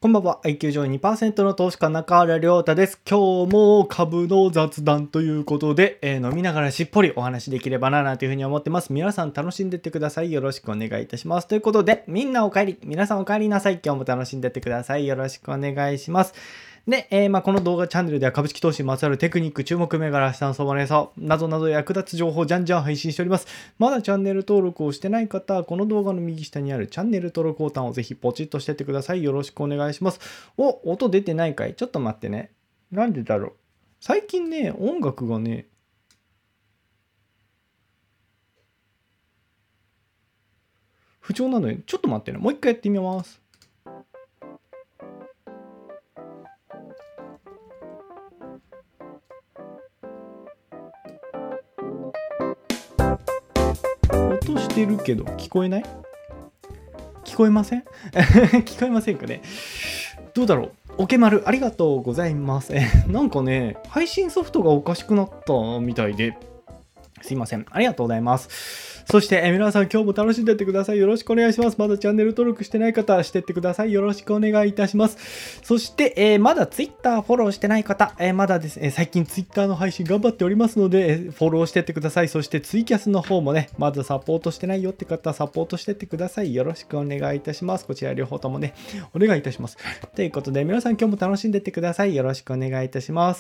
こんばんは。IQ 上 2% の投資家中原亮太です。今日も株の雑談ということで、飲みながらしっぽりお話できればなというふうに思ってます。皆さん楽しんでってください。よろしくお願いいたします。ということで、みんなお帰り。皆さんお帰りなさい。今日も楽しんでってください。よろしくお願いします。で、この動画チャンネルでは株式投資にまつわるテクニック、注目銘柄、資産相場の予想などなど役立つ情報をじゃんじゃん配信しております。まだチャンネル登録をしてない方は、この動画の右下にあるチャンネル登録ボタンをぜひポチッとしてってください。よろしくお願いします。音出てないかい？ちょっと待ってね。なんでだろう。最近ね、音楽がね、不調なのよ。ちょっと待ってね。もう一回やってみます。音してるけど聞こえない？聞こえません？聞こえませんかね？どうだろう？オケマルありがとうございます。なんかね、配信ソフトがおかしくなったみたいで、すいません。ありがとうございます。そして、皆さん今日も楽しんでってください。よろしくお願いします。まだチャンネル登録してない方はしてってください。よろしくお願いいたします。そして、まだ Twitter フォローしてない方、まだですね、最近 Twitter の配信頑張っておりますので、フォローしてってください。そしてツイキャスの方もね、まだサポートしてないよって方、サポートしてってください。よろしくお願いいたします。こちら両方ともね、お願いいたします。ということで、皆さん今日も楽しんでってください。よろしくお願いいたします。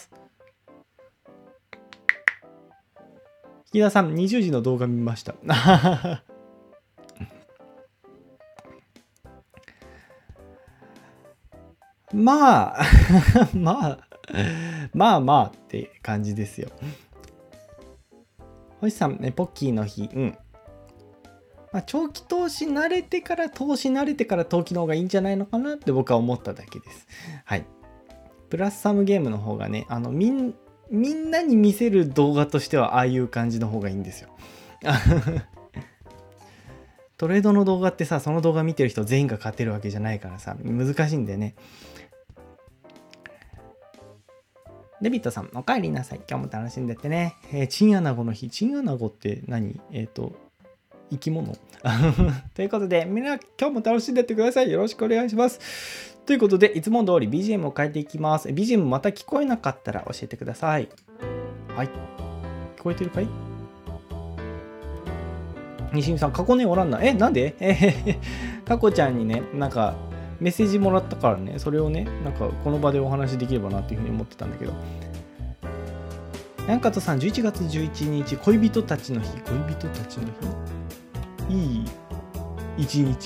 木田さん、20時の動画見ました。まあまあって感じですよ。星さん、ね、ポッキーの日、長期投資慣れてから投機の方がいいんじゃないのかなって僕は思っただけです。はい。プラスサムゲームの方がね、みんなに見せる動画としてはああいう感じの方がいいんですよ。トレードの動画ってさ、その動画見てる人全員が勝てるわけじゃないからさ、難しいんだよね。デビットさん、お帰りなさい。今日も楽しんでってね。チンアナゴの日。チンアナゴって何？生き物ということで、みんな今日も楽しんでってください。よろしくお願いします。ということで、いつも通り BGM を変えていきます。BGM また聞こえなかったら教えてください。はい。聞こえてるかい？西見さん、過去ねおらんな。なんで？過去ちゃんにね、なんかメッセージもらったからね、それをね、なんかこの場でお話できればなっていうふうに思ってたんだけど。ヤンカトさん、11月11日、恋人たちの日。恋人たちの日？いい一日？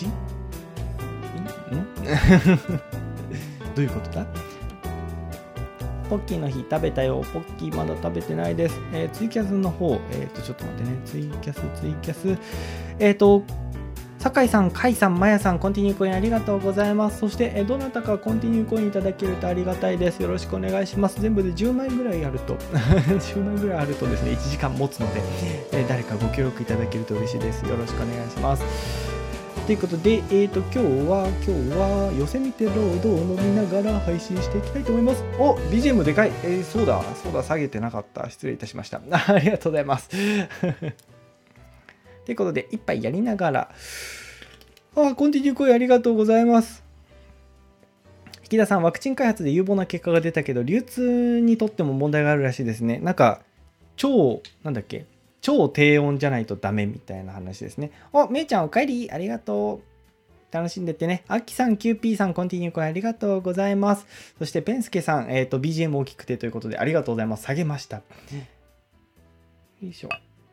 どういうことだ？ポッキーの日食べたよ。ポッキーまだ食べてないです。ツイキャスの方、ちょっと待ってね。ツイキャス。酒井さん、甲斐さん、まやさん、コンティニューコインありがとうございます。そして、どなたかコンティニューコインいただけるとありがたいです。よろしくお願いします。全部で10枚ぐらいあると、10枚ぐらいあるとですね、1時間持つので、誰かご協力いただけると嬉しいです。よろしくお願いします。ということで、今日は寄せ見てロードを飲みながら配信していきたいと思います。BGM でかい。そうだ、下げてなかった。失礼いたしました。ありがとうございます。ということで、一杯やりながら、コンティニューコインありがとうございます。引田さん、ワクチン開発で有望な結果が出たけど、流通にとっても問題があるらしいですね。なんか、超低温じゃないとダメみたいな話ですね。めいちゃんお帰りありがとう。楽しんでってね。あきさん、QP さん、コンティニューコインありがとうございます。そして、ペンスケさん、BGM 大きくてということでありがとうございます。下げました。よいしょ。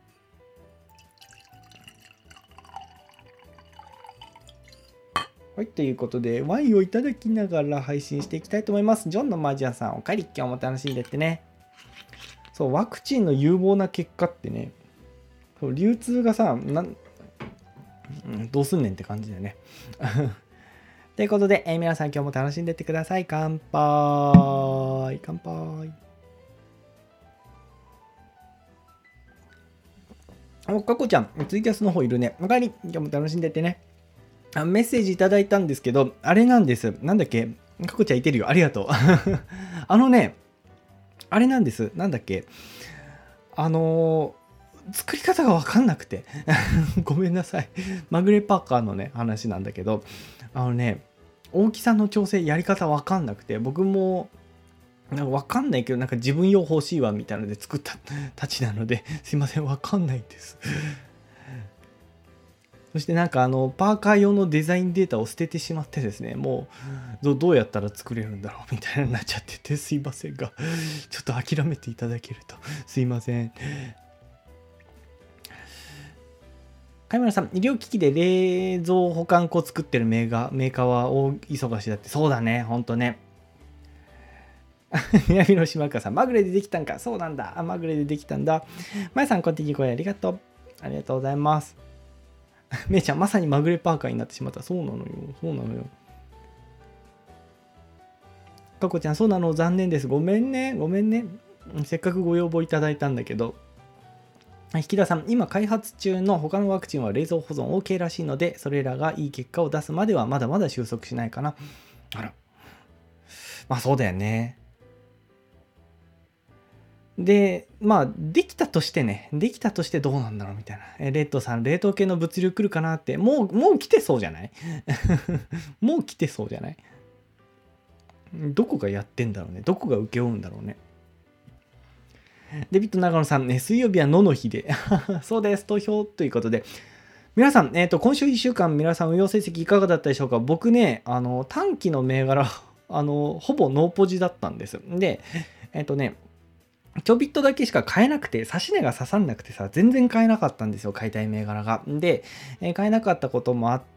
はい、ということで、ワインをいただきながら配信していきたいと思います。ジョンのマジアさん、お帰り、今日も楽しんでってね。そう、ワクチンの有望な結果ってね、流通がさ、どうすんねんって感じだよね。ということで、皆さん今日も楽しんでってください。乾杯。乾杯。かこちゃん、ツイキャスの方いるね。おかえり。今日も楽しんでってね。メッセージいただいたんですけど、あれなんです。なんだっけ？かこちゃんいてるよ。ありがとう。あれなんです。なんだっけ？作り方がわかんなくてごめんなさい。マグレパーカーのね話なんだけど、 大きさの調整やり方わかんなくて、僕もなんかわかんないけど、なんか自分用欲しいわみたいなので作ったたちなので、すいません、わかんないです。そしてなんかパーカー用のデザインデータを捨ててしまってですね、もうどうやったら作れるんだろうみたいになっちゃってて、すいませんが、ちょっと諦めていただけるとすいません。貝村さん、医療機器で冷蔵保管庫作ってるメーカーは大忙しだって。そうだね、ほんとね。南の島川さん、まぐれでできたんか。そうなんだ。まぐれでできたんだ。まやさん、こんにちは。ありがとう。ありがとうございます。めいちゃん、まさにまぐれパーカーになってしまった。そうなのよ。そうなのよ。かこちゃん、そうなの。残念です。ごめんね。ごめんね。せっかくご要望いただいたんだけど。引田さん、今開発中の他のワクチンは冷蔵保存 OK らしいので、それらがいい結果を出すまではまだまだ収束しないかな。あら。まあそうだよね。で、まあ、できたとしてどうなんだろうみたいな。レッドさん、冷凍系の物流来るかなって、もう来てそうじゃないもう来てそうじゃない？どこがやってんだろうね。どこが請け負うんだろうね。デビッド長野さん、ね、水曜日はの日で。そうです、投票ということで。皆さん、今週1週間、皆さん運用成績いかがだったでしょうか？僕ね、短期の銘柄、ほぼノーポジだったんです。で、ちょびっとだけしか買えなくて、指し値が刺さんなくてさ、全然買えなかったんですよ、買いたい銘柄が。で、買えなかったこともあって、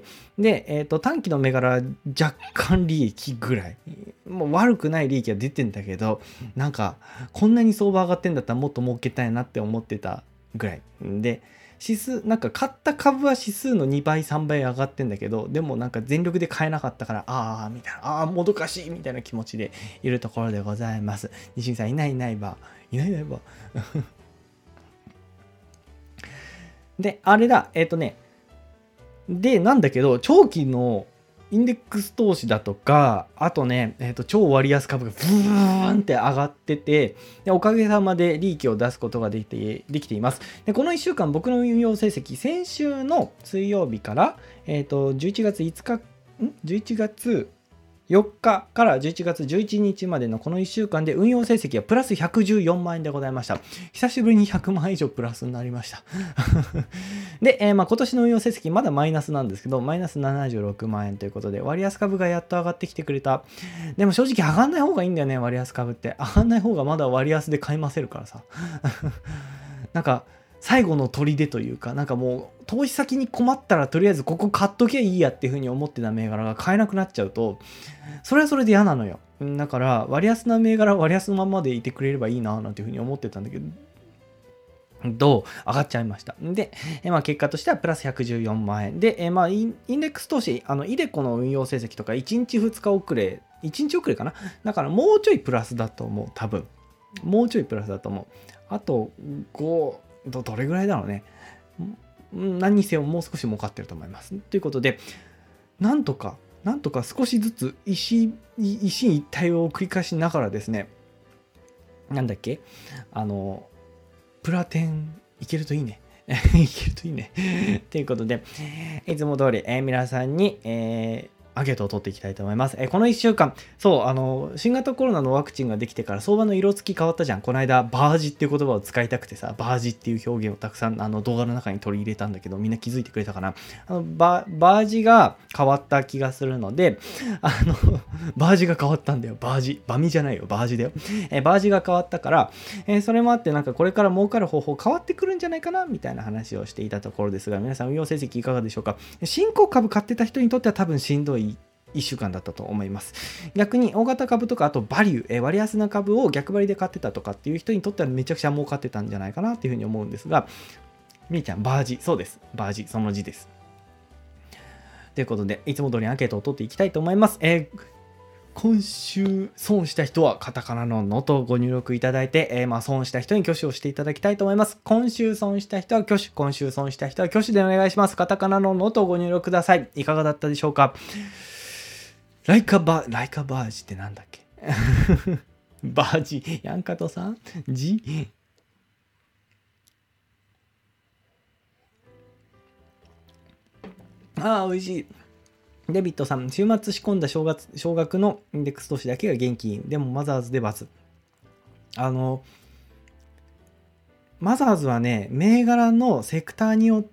で、短期の銘柄若干利益ぐらい。もう悪くない利益は出てんだけど、なんか、こんなに相場上がってんだったらもっと儲けたいなって思ってたぐらい。で、指数、なんか買った株は指数の2倍、3倍上がってんだけど、でもなんか全力で買えなかったから、みたいな、もどかしいみたいな気持ちでいるところでございます。西見さん、いないば。で、あれだ、で、なんだけど、長期のインデックス投資だとか、あとね、超割安株がブーンって上がってて、でおかげさまで利益を出すことができています。で、この1週間、僕の運用成績、先週の水曜日から、11月5日、11月4日から11月11日までのこの1週間で運用成績はプラス114万円でございました。久しぶりに100万以上プラスになりました。で、今年の運用成績まだマイナスなんですけど、マイナス76万円ということで、割安株がやっと上がってきてくれた。でも正直上がんない方がいいんだよね、割安株って。上がんない方がまだ割安で買いませるからさ。なんか、最後の砦というか、なんかもう投資先に困ったらとりあえずここ買っときゃいいやっていうふうに思ってた銘柄が買えなくなっちゃうと、それはそれで嫌なのよ。だから割安な銘柄は割安のままでいてくれればいいななんていうふうに思ってたんだけど、上がっちゃいました。で、結果としてはプラス114万円。で、インデックス投資、イデコの運用成績とか1日2日遅れ、1日遅れかな。だからもうちょいプラスだと思う、多分。もうちょいプラスだと思う。あと、どれぐらいだろうね。何にせよもう少し儲かってると思います。ということで、なんとか少しずつ一進一退を繰り返しながらですね、なんだっけ、プラテンいけるといいね。いけるといいね。ということで、いつも通り、皆さんに、アンケートを取っていきたいと思います。この1週間、そう、新型コロナのワクチンができてから相場の色付き変わったじゃん。この間、バージっていう言葉を使いたくてさ、バージっていう表現をたくさん動画の中に取り入れたんだけど、みんな気づいてくれたかな。バージが変わった気がするので、バージが変わったんだよ。バージ。バミじゃないよ。バージだよ。バージが変わったから、それもあってなんかこれから儲かる方法変わってくるんじゃないかなみたいな話をしていたところですが、皆さん運用成績いかがでしょうか？新興株買ってた人にとっては多分しんどい1週間だったと思います。逆に大型株とかあとバリュー、割安な株を逆張りで買ってたとかっていう人にとってはめちゃくちゃ儲かってたんじゃないかなっていうふうに思うんですが、みーちゃんバージ、そうです、バージ、その字です。ということでいつも通りアンケートを取っていきたいと思います。今週損した人はカタカナののとご入力いただいて、損した人に挙手をしていただきたいと思います。今週損した人は挙手、今週損した人は挙手でお願いします。カタカナののとご入力ください。いかがだったでしょうか？ライカバージってなんだっけ？バージ、ヤンカトさんジ美味しい。 デビットさん、週末仕込んだ少額のインデックス投資だけが元気。でもマザーズでバズ。マザーズはね、銘柄のセクターによって、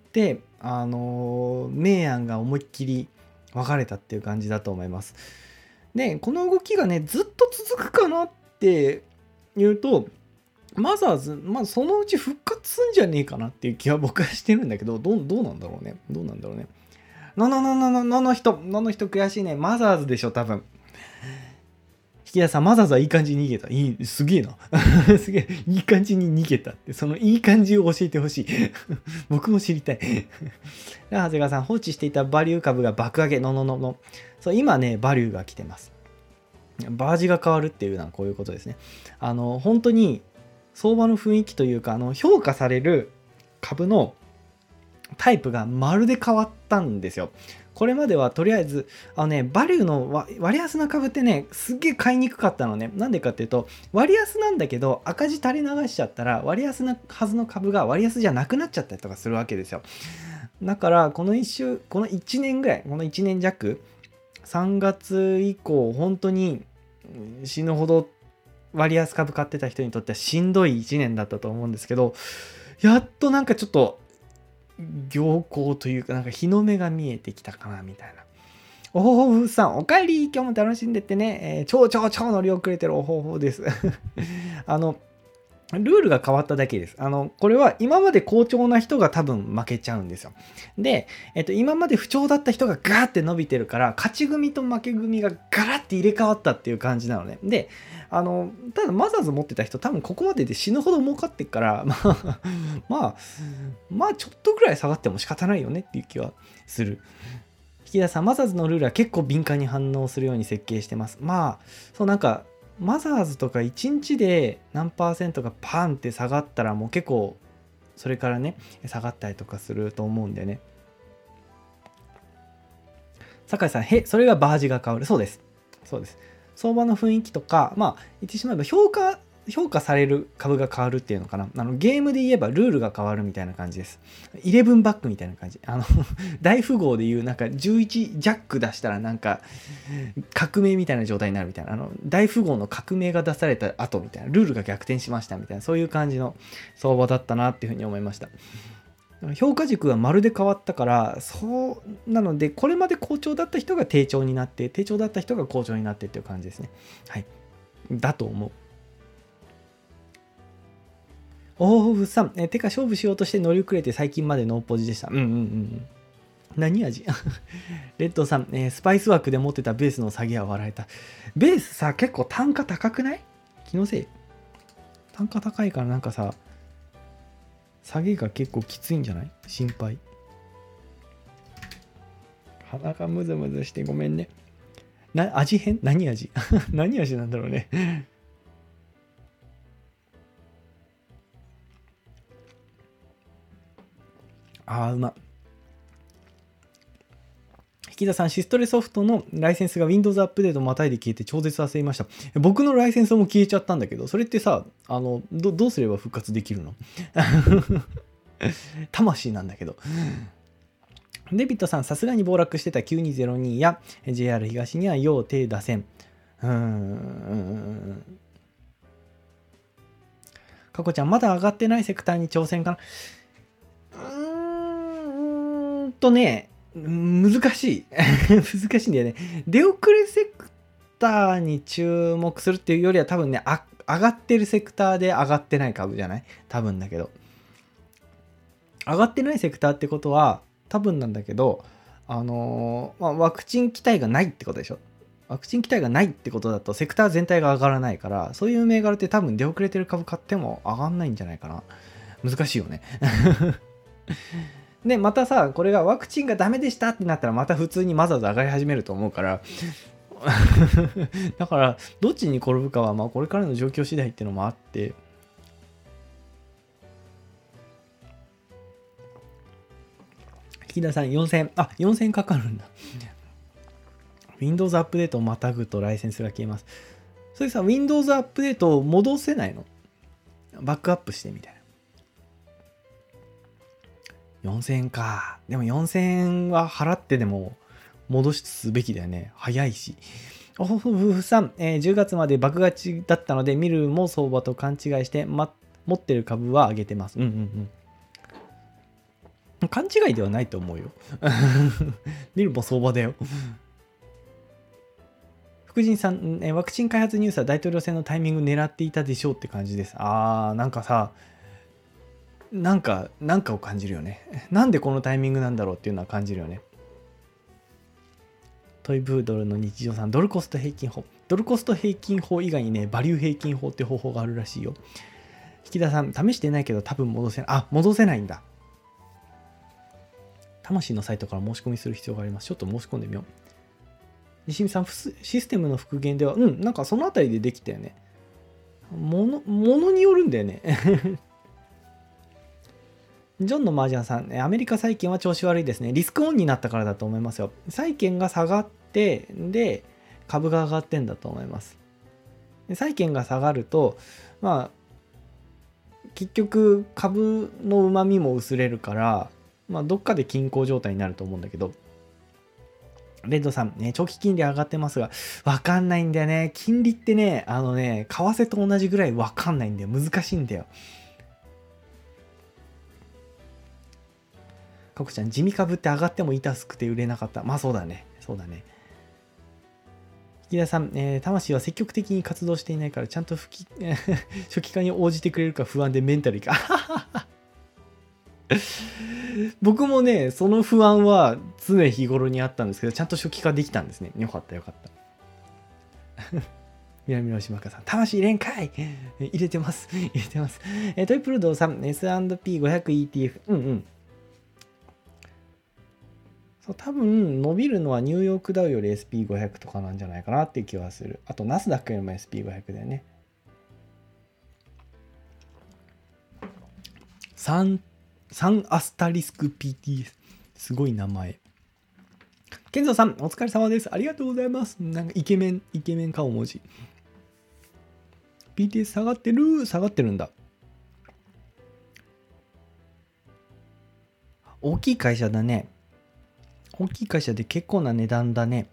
明暗が思いっきり分かれたっていう感じだと思います。で、この動きがね、ずっと続くかなっていうと、マザーズ、そのうち復活すんじゃねえかなっていう気は僕はしてるんだけど、どうなんだろうね。の人悔しいね。マザーズでしょ、多分。引き出さん、マザーズはいい感じに逃げた。すげえな。すげえ、いい感じに逃げたって。そのいい感じを教えてほしい。僕も知りたい。長谷川さん、放置していたバリュー株が爆上げ。そう、今ね、バリューが来てます。バージが変わるっていうのはこういうことですね。本当に相場の雰囲気というか、評価される株のタイプがまるで変わったんですよ。これまではとりあえずバリューの割安な株ってね、すっげえ買いにくかったのね。なんでかっていうと、割安なんだけど赤字垂れ流しちゃったら割安なはずの株が割安じゃなくなっちゃったりとかするわけですよ。だからこの1年ぐらい、この1年弱、3月以降本当に死ぬほど割安株買ってた人にとってはしんどい1年だったと思うんですけど、やっとなんかちょっと良好というか、なんか日の目が見えてきたかなみたいな。おほほふさん、おかえり、今日も楽しんでってね。超乗り遅れてるおほほです。ルールが変わっただけです。これは今まで好調な人が多分負けちゃうんですよ。で、今まで不調だった人がガーって伸びてるから、勝ち組と負け組がガラって入れ替わったっていう感じなのね。で、ただマザーズ持ってた人多分ここまでで死ぬほど儲かってっから、まあちょっとぐらい下がっても仕方ないよねっていう気はする。引き出さん、マザーズのルールは結構敏感に反応するように設計してます。そうなんか、マザーズとか1日で何%がパンって下がったらもう結構それからね下がったりとかすると思うんでね。酒井さん、それがバージが変わる。そうです。相場の雰囲気とか、言ってしまえば評価される株が変わるっていうのかな。ゲームで言えばルールが変わるみたいな感じです。11バックみたいな感じ。大富豪でいうなんか11ジャック出したらなんか革命みたいな状態になるみたいな。大富豪の革命が出された後みたいな。ルールが逆転しましたみたいな。そういう感じの相場だったなっていうふうに思いました。評価軸がまるで変わったから、そうなのでこれまで好調だった人が低調になって、低調だった人が好調になってっていう感じですね。はい。だと思う。おーさん、てか勝負しようとして乗り遅れて最近までノーポジでした。何味レッドさん、スパイス枠で持ってたベースの下げは笑えた。ベースさ、結構単価高くない？気のせい？単価高いからなんかさ、下げが結構きついんじゃない？心配。鼻がムズムズしてごめんね。味変？何味何味なんだろうね。うま。引き出さん、シストレソフトのライセンスが Windows アップデートまたいで消えて超絶焦りました。僕のライセンスも消えちゃったんだけど、それってさ、どうすれば復活できるの？魂なんだけど。デビットさん、さすがに暴落してた9202や JR 東には要手出せん。かこちゃん、まだ上がってないセクターに挑戦かな。難しい。難しいんだよね。出遅れセクターに注目するっていうよりは多分ね、上がってるセクターで上がってない株じゃない？多分だけど。上がってないセクターってことは、多分なんだけど、ワクチン期待がないってことでしょ。ワクチン期待がないってことだと、セクター全体が上がらないから、そういう銘柄って多分出遅れてる株買っても上がんないんじゃないかな。難しいよね。で、またさ、これがワクチンがダメでしたってなったら、また普通にマザーズ上がり始めると思うから、だから、どっちに転ぶかは、これからの状況次第っていうのもあって、引田さん4000、4000かかるんだ。Windows アップデートをまたぐとライセンスが消えます。それさ、Windows アップデートを戻せないの？バックアップしてみたいな。4000円か。でも4000円は払ってでも戻すべきだよね。早いし。おふふさん、10月まで爆勝ちだったので、ミルも相場と勘違いして、持ってる株は上げてます。勘違いではないと思うよ。ミルも相場だよ。福神さん、ワクチン開発ニュースは大統領選のタイミング狙っていたでしょうって感じです。なんかさ、なんかを感じるよね。なんでこのタイミングなんだろうっていうのは感じるよね。トイプードルの日常さん、ドルコスト平均法。ドルコスト平均法以外にね、バリュー平均法って方法があるらしいよ。引田さん、試してないけど多分戻せない。戻せないんだ。魂のサイトから申し込みする必要があります。ちょっと申し込んでみよう。西見さん、システムの復元では、なんかそのあたりでできたよね。ものによるんだよね。ジョンのマージャンさん、アメリカ債券は調子悪いですね。リスクオンになったからだと思いますよ。債券が下がって、で、株が上がってんだと思います。債券が下がると、結局株のうまみも薄れるから、どっかで均衡状態になると思うんだけど、レッドさん、長期金利上がってますが、わかんないんだよね。金利ってね、為替と同じぐらいわかんないんだよ。難しいんだよ。かこちゃん、地味株って上がっても痛くて売れなかった。そうだね。引田さん、魂は積極的に活動していないから、ちゃんと初期化に応じてくれるか不安でメンタルいか。僕もね、その不安は常日頃にあったんですけど、ちゃんと初期化できたんですね。よかった。南の島香さん、魂入れんかい入れてます。トイプルドーさん、S&P500ETF。多分伸びるのはニューヨークダウより SP500 とかなんじゃないかなっていう気はする。あとナスダックよりも SP500 だよね。3アスタリスク PTS。すごい名前。ケンゾーさん、お疲れ様です。ありがとうございます。なんかイケメン顔文字。PTS 下がってるんだ。大きい会社だね。大きい会社で結構な値段だね。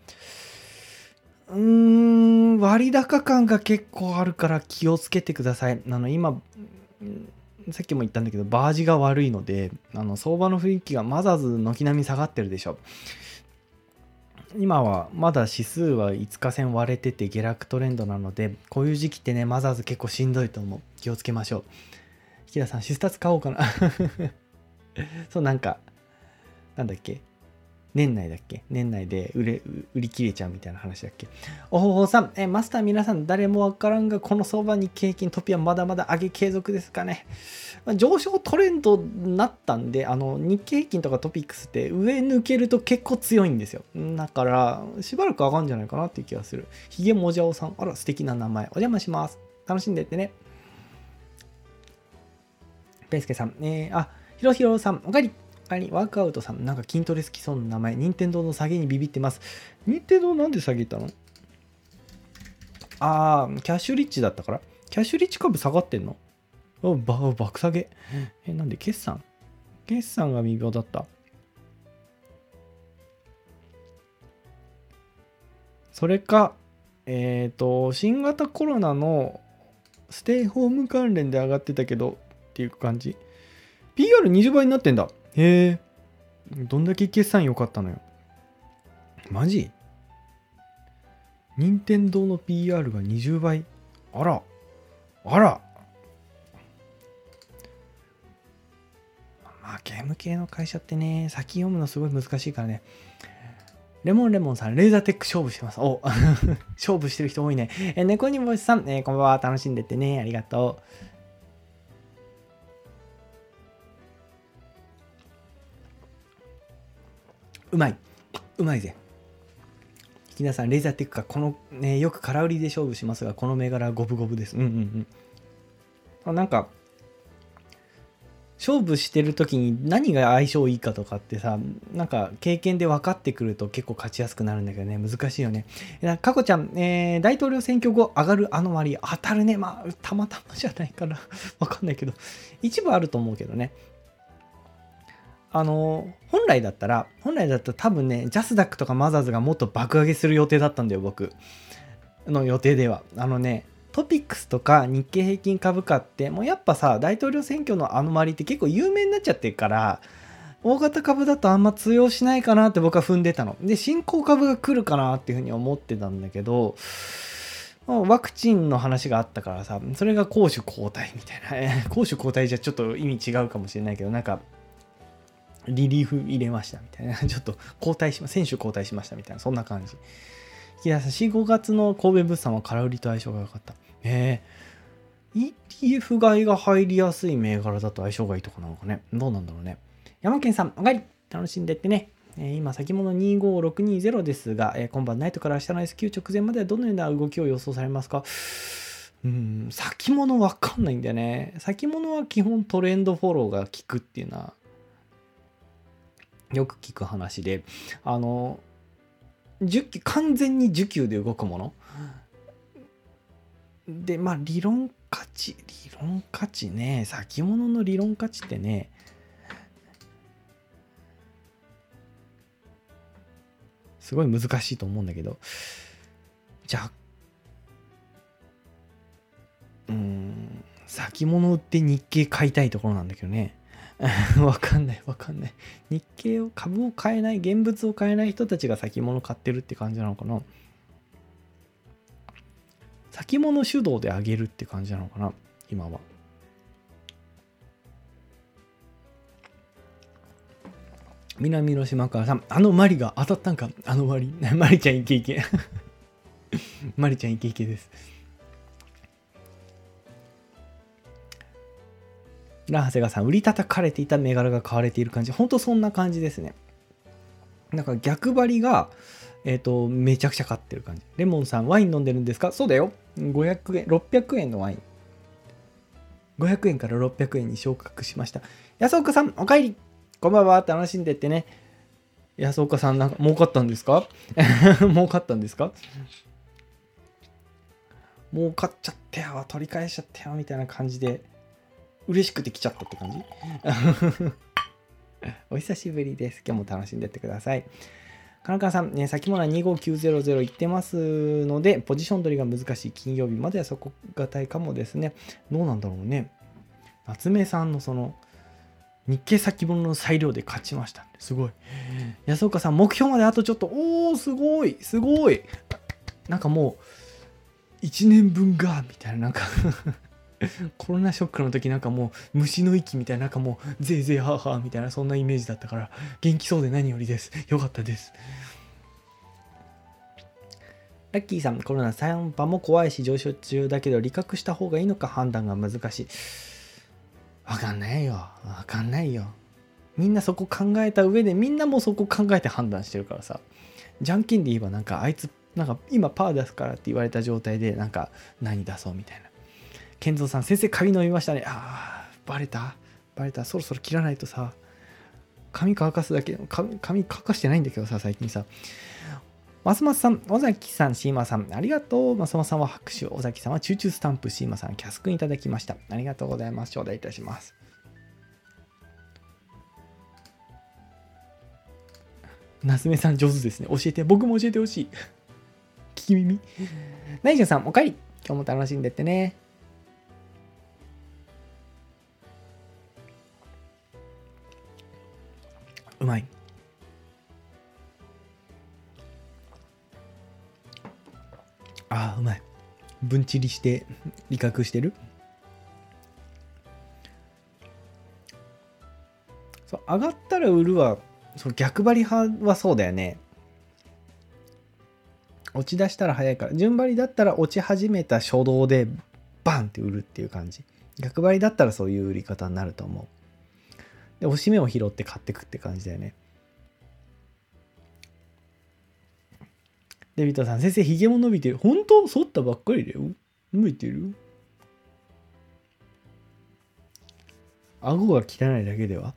割高感が結構あるから気をつけてください。今、さっきも言ったんだけど、バージが悪いので、相場の雰囲気がマザーズ軒並み下がってるでしょ。今はまだ指数は5日線割れてて下落トレンドなので、こういう時期ってね、マザーズ結構しんどいと思う。気をつけましょう。引田さん、シスタツ買おうかな。そう、なんだっけ、年内で売り切れちゃうみたいな話だっけ。おほほさん、マスター皆さん誰もわからんが、この相場日経平均トピはまだまだ上げ継続ですかね。上昇トレンドになったんで、日経平均とかトピックスって上抜けると結構強いんですよ。だからしばらく上がるんじゃないかなっていう気がする。ひげもじゃおさん、あら素敵な名前。お邪魔します。楽しんでってね。ペイスケさん、ひろひろさん、おかえり。ワークアウトさん、なんか筋トレ好きそうな名前。任天堂の下げにビビってます。任天堂なんで下げたの？キャッシュリッチだったから。キャッシュリッチ株下がってんの？爆下げ。なんで決算が微妙だった。それか、新型コロナのステイホーム関連で上がってたけどっていう感じ。PR20 倍になってんだ。へえ。どんだけ決算良かったのよ。マジ？任天堂の PR が20倍。あら。ゲーム系の会社ってね、先読むのすごい難しいからね。レモンさん、レーザーテック勝負してます。勝負してる人多いね。猫にぼしさん、こんばんは。楽しんでってね。ありがとう。うまいぜ。引田さん、レーザーテックか、このね、よく空売りで勝負しますが、この銘柄は五分五分です。なんか、勝負してる時に何が相性いいかとかってさ、なんか経験で分かってくると結構勝ちやすくなるんだけどね、難しいよね。かこちゃん、大統領選挙後上がる割当たるね。たまたまじゃないから分かんないけど、一部あると思うけどね。 本来だったら多分ね、ジャスダックとかマザーズがもっと爆上げする予定だったんだよ、僕の予定では。トピックスとか日経平均株価ってもうやっぱさ、大統領選挙のアノマリって結構有名になっちゃってるから、大型株だとあんま通用しないかなって僕は踏んでたので、新興株が来るかなっていうふうに思ってたんだけど、ワクチンの話があったからさ、それが攻守交代みたいな攻守交代じゃちょっと意味違うかもしれないけど、なんかリリーフ入れましたみたいな、ちょっと選手交代しましたみたいな、そんな感じ。引き出す4、5月の神戸物産は空売りと相性が良かった。ETF 買いが入りやすい銘柄だと相性がいいとかなのかね。どうなんだろうね。山県さん、おかえり。楽しんでってね。今、先物25620ですが、今晩ナイトから明日の S q 直前まではどのような動きを予想されますか？先物わかんないんだよね。先物は基本トレンドフォローが効くっていうのは、よく聞く話で、完全に需給で動くもの。で、まあ、理論価値ね、先物の理論価値ってね、すごい難しいと思うんだけど、じゃあ、先物売って日経買いたいところなんだけどね。わかんない。日経株を買えない、現物を買えない人たちが先物買ってるって感じなのかな。先物主導で上げるって感じなのかな、今は。南の島川さん、マリが当たったんか、マリちゃんイケイケ。マリちゃんイケイケです。ラハセガさん、売り叩かれていた銘柄が買われている感じ。ほんとそんな感じですね。なんか逆張りが、めちゃくちゃ買ってる感じ。レモンさん、ワイン飲んでるんですか？そうだよ。500円、600円のワイン。500円から600円に昇格しました。安岡さん、おかえり。こんばんは。楽しんでってね。安岡さん、なんか儲かったんですか？儲かったんですか？儲かっちゃったよ。取り返しちゃったよ。みたいな感じで。嬉しくて来ちゃったって感じ。お久しぶりです。今日も楽しんでってください。カナカナさん、ね、先物は25900言ってますので、ポジション取りが難しい金曜日までは底堅いかもですね。どうなんだろうね。夏目さんのその日経先物の裁量で勝ちました。すごい。安岡さん、目標まであとちょっと。おー、すごい。なんかもう、1年分が、みたいな、なんかコロナショックの時なんかもう虫の息みたいな、なんかもうぜいぜいはーはーみたいな、そんなイメージだったから元気そうで何よりです。よかったです。ラッキーさん、コロナ3波も怖いし上昇中だけど利確した方がいいのか判断が難しい。わかんないよ。みんなそこ考えた上で、みんなもそこ考えて判断してるからさ。じゃんけんで言えばなんかあいつなんか今パー出すからって言われた状態でなんか何出そうみたいな。健三さん、先生髪飲みましたね。バレた。そろそろ切らないとさ。髪乾かすだけ、髪乾かしてないんだけどさ、最近さ。ますますさん、尾崎さん、シーマさん、ありがとう。ますますさんは拍手、尾崎さんはチューチュースタンプ、シーマさん、キャスクいただきました。ありがとうございます。頂戴いたします。なすめさん、上手ですね。教えて、僕も教えてほしい。聞き耳。ナイジュンさん、おかえり。今日も楽しんでってね。うまい。うまい。分ちりして利確してる。そう、上がったら売るは、その逆張り派はそうだよね。落ち出したら早いから、順張りだったら落ち始めた初動でバンって売るっていう感じ。逆張りだったらそういう売り方になると思う。で、押し目を拾って買ってくって感じだよね。デビットさん、先生、ヒゲも伸びてる。本当？剃ったばっかりだよ。伸びてる？顎が汚いだけでは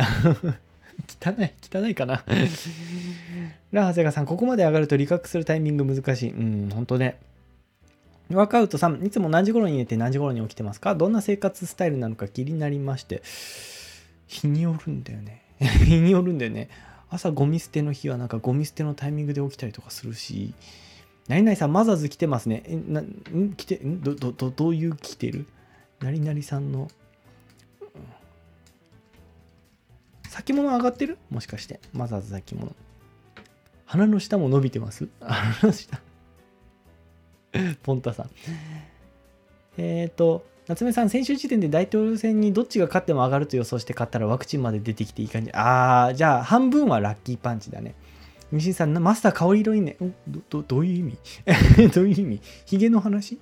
汚いかなラハセガさん、ここまで上がると利確するタイミング難しい。本当ね。ワークアウトさん、いつも何時頃に寝て何時頃に起きてますか？どんな生活スタイルなのか気になりまして。日によるんだよね。 日によるんだよね。朝ゴミ捨ての日はなんかゴミ捨てのタイミングで起きたりとかするし、何々さんマザーズ来てますね。来て、どういう来てる？何々さんの先物上がってる？もしかしてマザーズ先物。鼻の下も伸びてます？鼻の下ポンタさん。夏目さん、先週時点で大統領選にどっちが勝っても上がると予想して勝ったらワクチンまで出てきていい感じ。じゃあ半分はラッキーパンチだね。西井さん、マスター顔色いいね。どういう意味どういう意味？ヒゲの話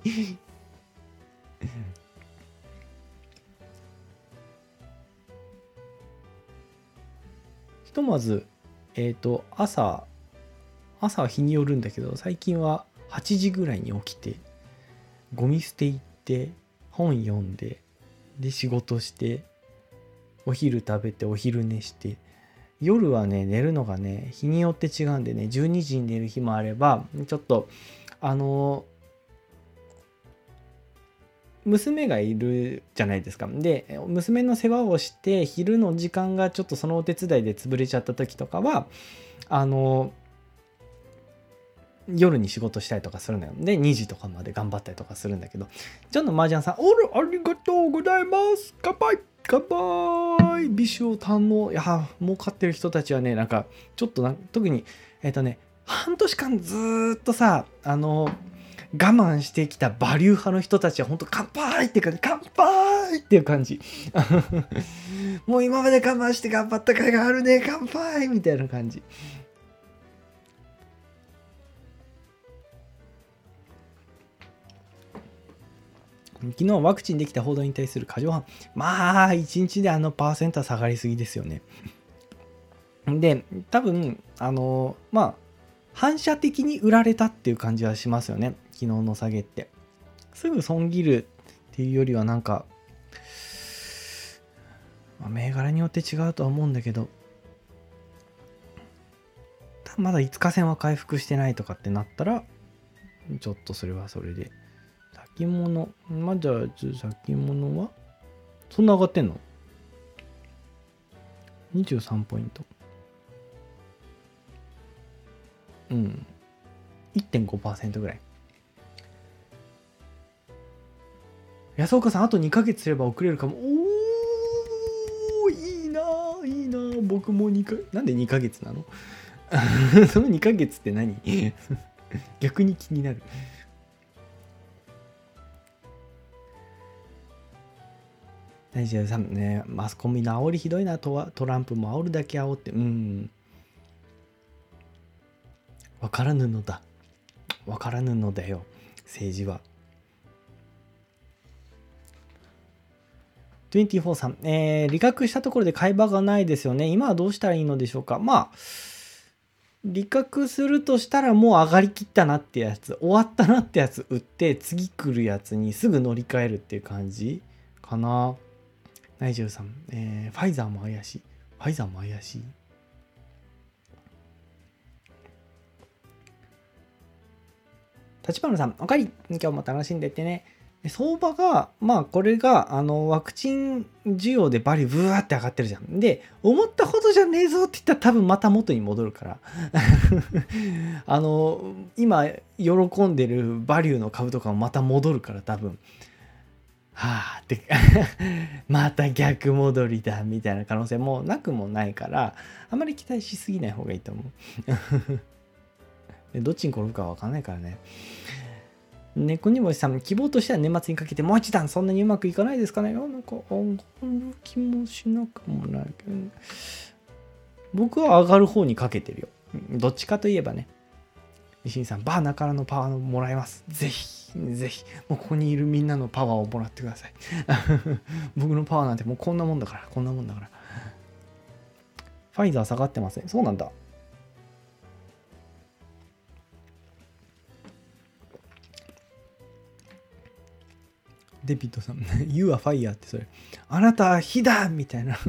ひとまず、朝は日によるんだけど、最近は8時ぐらいに起きて、ゴミ捨て行って、本読んで、で仕事して、お昼食べてお昼寝して、夜はね寝るのがね日によって違うんでね、12時に寝る日もあれば、ちょっと娘がいるじゃないですか。で娘の世話をして昼の時間がちょっとそのお手伝いで潰れちゃった時とかは夜に仕事したりとかするのよ。で2時とかまで頑張ったりとかするんだけど、ちょっと麻雀さん、ありがとうございます、乾杯乾杯、美酒を堪能。いや儲かってる人たちはね、なんかちょっと特に半年間ずーっとさ我慢してきたバリュー派の人たちは本当乾杯って感じ、乾杯っていう感じもう今まで我慢して頑張った甲斐があるね、乾杯みたいな感じ。昨日ワクチンできた報道に対する過剰反応、まあ1日でパーセントは下がりすぎですよね。で多分反射的に売られたっていう感じはしますよね。昨日の下げってすぐ損切るっていうよりはなんか、銘柄によって違うとは思うんだけど、まだ5日線は回復してないとかってなったらちょっとそれはそれで。先物、じゃあ先物はそんな上がってんの？ 23 ポイント。1.5% ぐらい。安岡さん、あと2ヶ月すれば遅れるかも。いいな僕もなんで2ヶ月なのその2ヶ月って何逆に気になる。大丈夫さんね、マスコミの煽りひどいな。トランプも煽るだけ煽って、わからぬのだよ、政治は。24さん、利確したところで買い場がないですよね。今はどうしたらいいのでしょうか。利確するとしたらもう上がりきったなってやつ、終わったなってやつ売って、次来るやつにすぐ乗り換えるっていう感じかな。ナイジェルさん、ファイザーも怪しい。立花さん、おかえり。今日も楽しんでってね。相場が、これが、ワクチン需要でバリューブワーって上がってるじゃん。で、思ったほどじゃねえぞって言ったら多分また元に戻るから。今、喜んでるバリューの株とかもまた戻るから多分。ってまた逆戻りだみたいな可能性もなくもないから、あまり期待しすぎない方がいいと思うどっちに転ぶかわかんないからね。猫にもしさん、希望としては年末にかけてもう一段そんなにうまくいかないですかね。なんか上がる気もしなくもないけど、僕は上がる方にかけてるよ。どっちかといえばね。石井さん、バーナからのパワーをもらいます。ぜひもうここにいるみんなのパワーをもらってください僕のパワーなんてもうこんなもんだから。ファイザー下がってますね。そうなんだ。デビッドさんYou are fire ってそれ、あなたは火だみたいな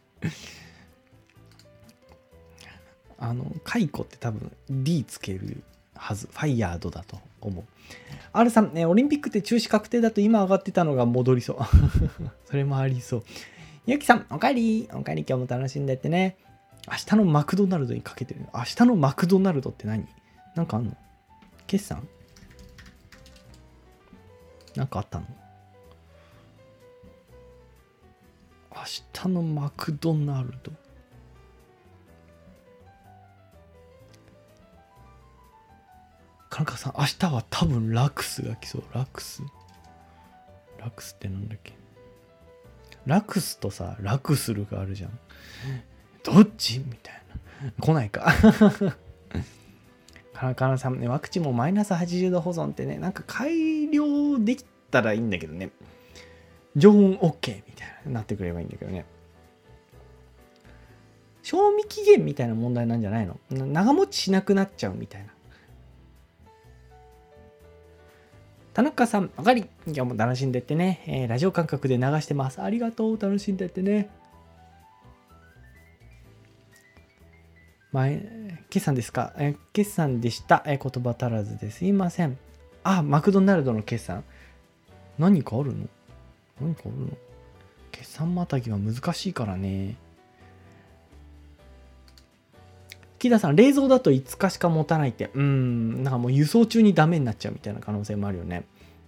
解雇って多分 D つけるはず。ファイヤードだと思う。R さん、オリンピックって中止確定だと今上がってたのが戻りそうそれもありそう。 ゆきさん、おかえり。おかえり、今日も楽しんでってね。明日のマクドナルドにかけてる。明日のマクドナルドって何？なんかあんの？決算？なんかあったの？明日のマクドナルド。カナカさん、明日は多分ラクスが来そう。ラクスってなんだっけ？ラクスとさ、ラクスルがあるじゃん。どっちみたいな。来ないか。カナさんね、ワクチンもマイナス80度保存ってね、なんか改良できたらいいんだけどね。常温 OK みたいななってくればいいんだけどね。賞味期限みたいな問題なんじゃないの？長持ちしなくなっちゃうみたいな。田中さん、おかえり。今日も楽しんでってね、ラジオ感覚で流してます。ありがとう。楽しんでってね。決算ですか？決算でした。言葉足らずですいません。あ、マクドナルドの決算。何かあるの？決算またぎは難しいからね。木田さん、冷蔵だと5日しか持たないって。なんかもう輸送中にダメになっちゃうみたいな可能性もあるよね。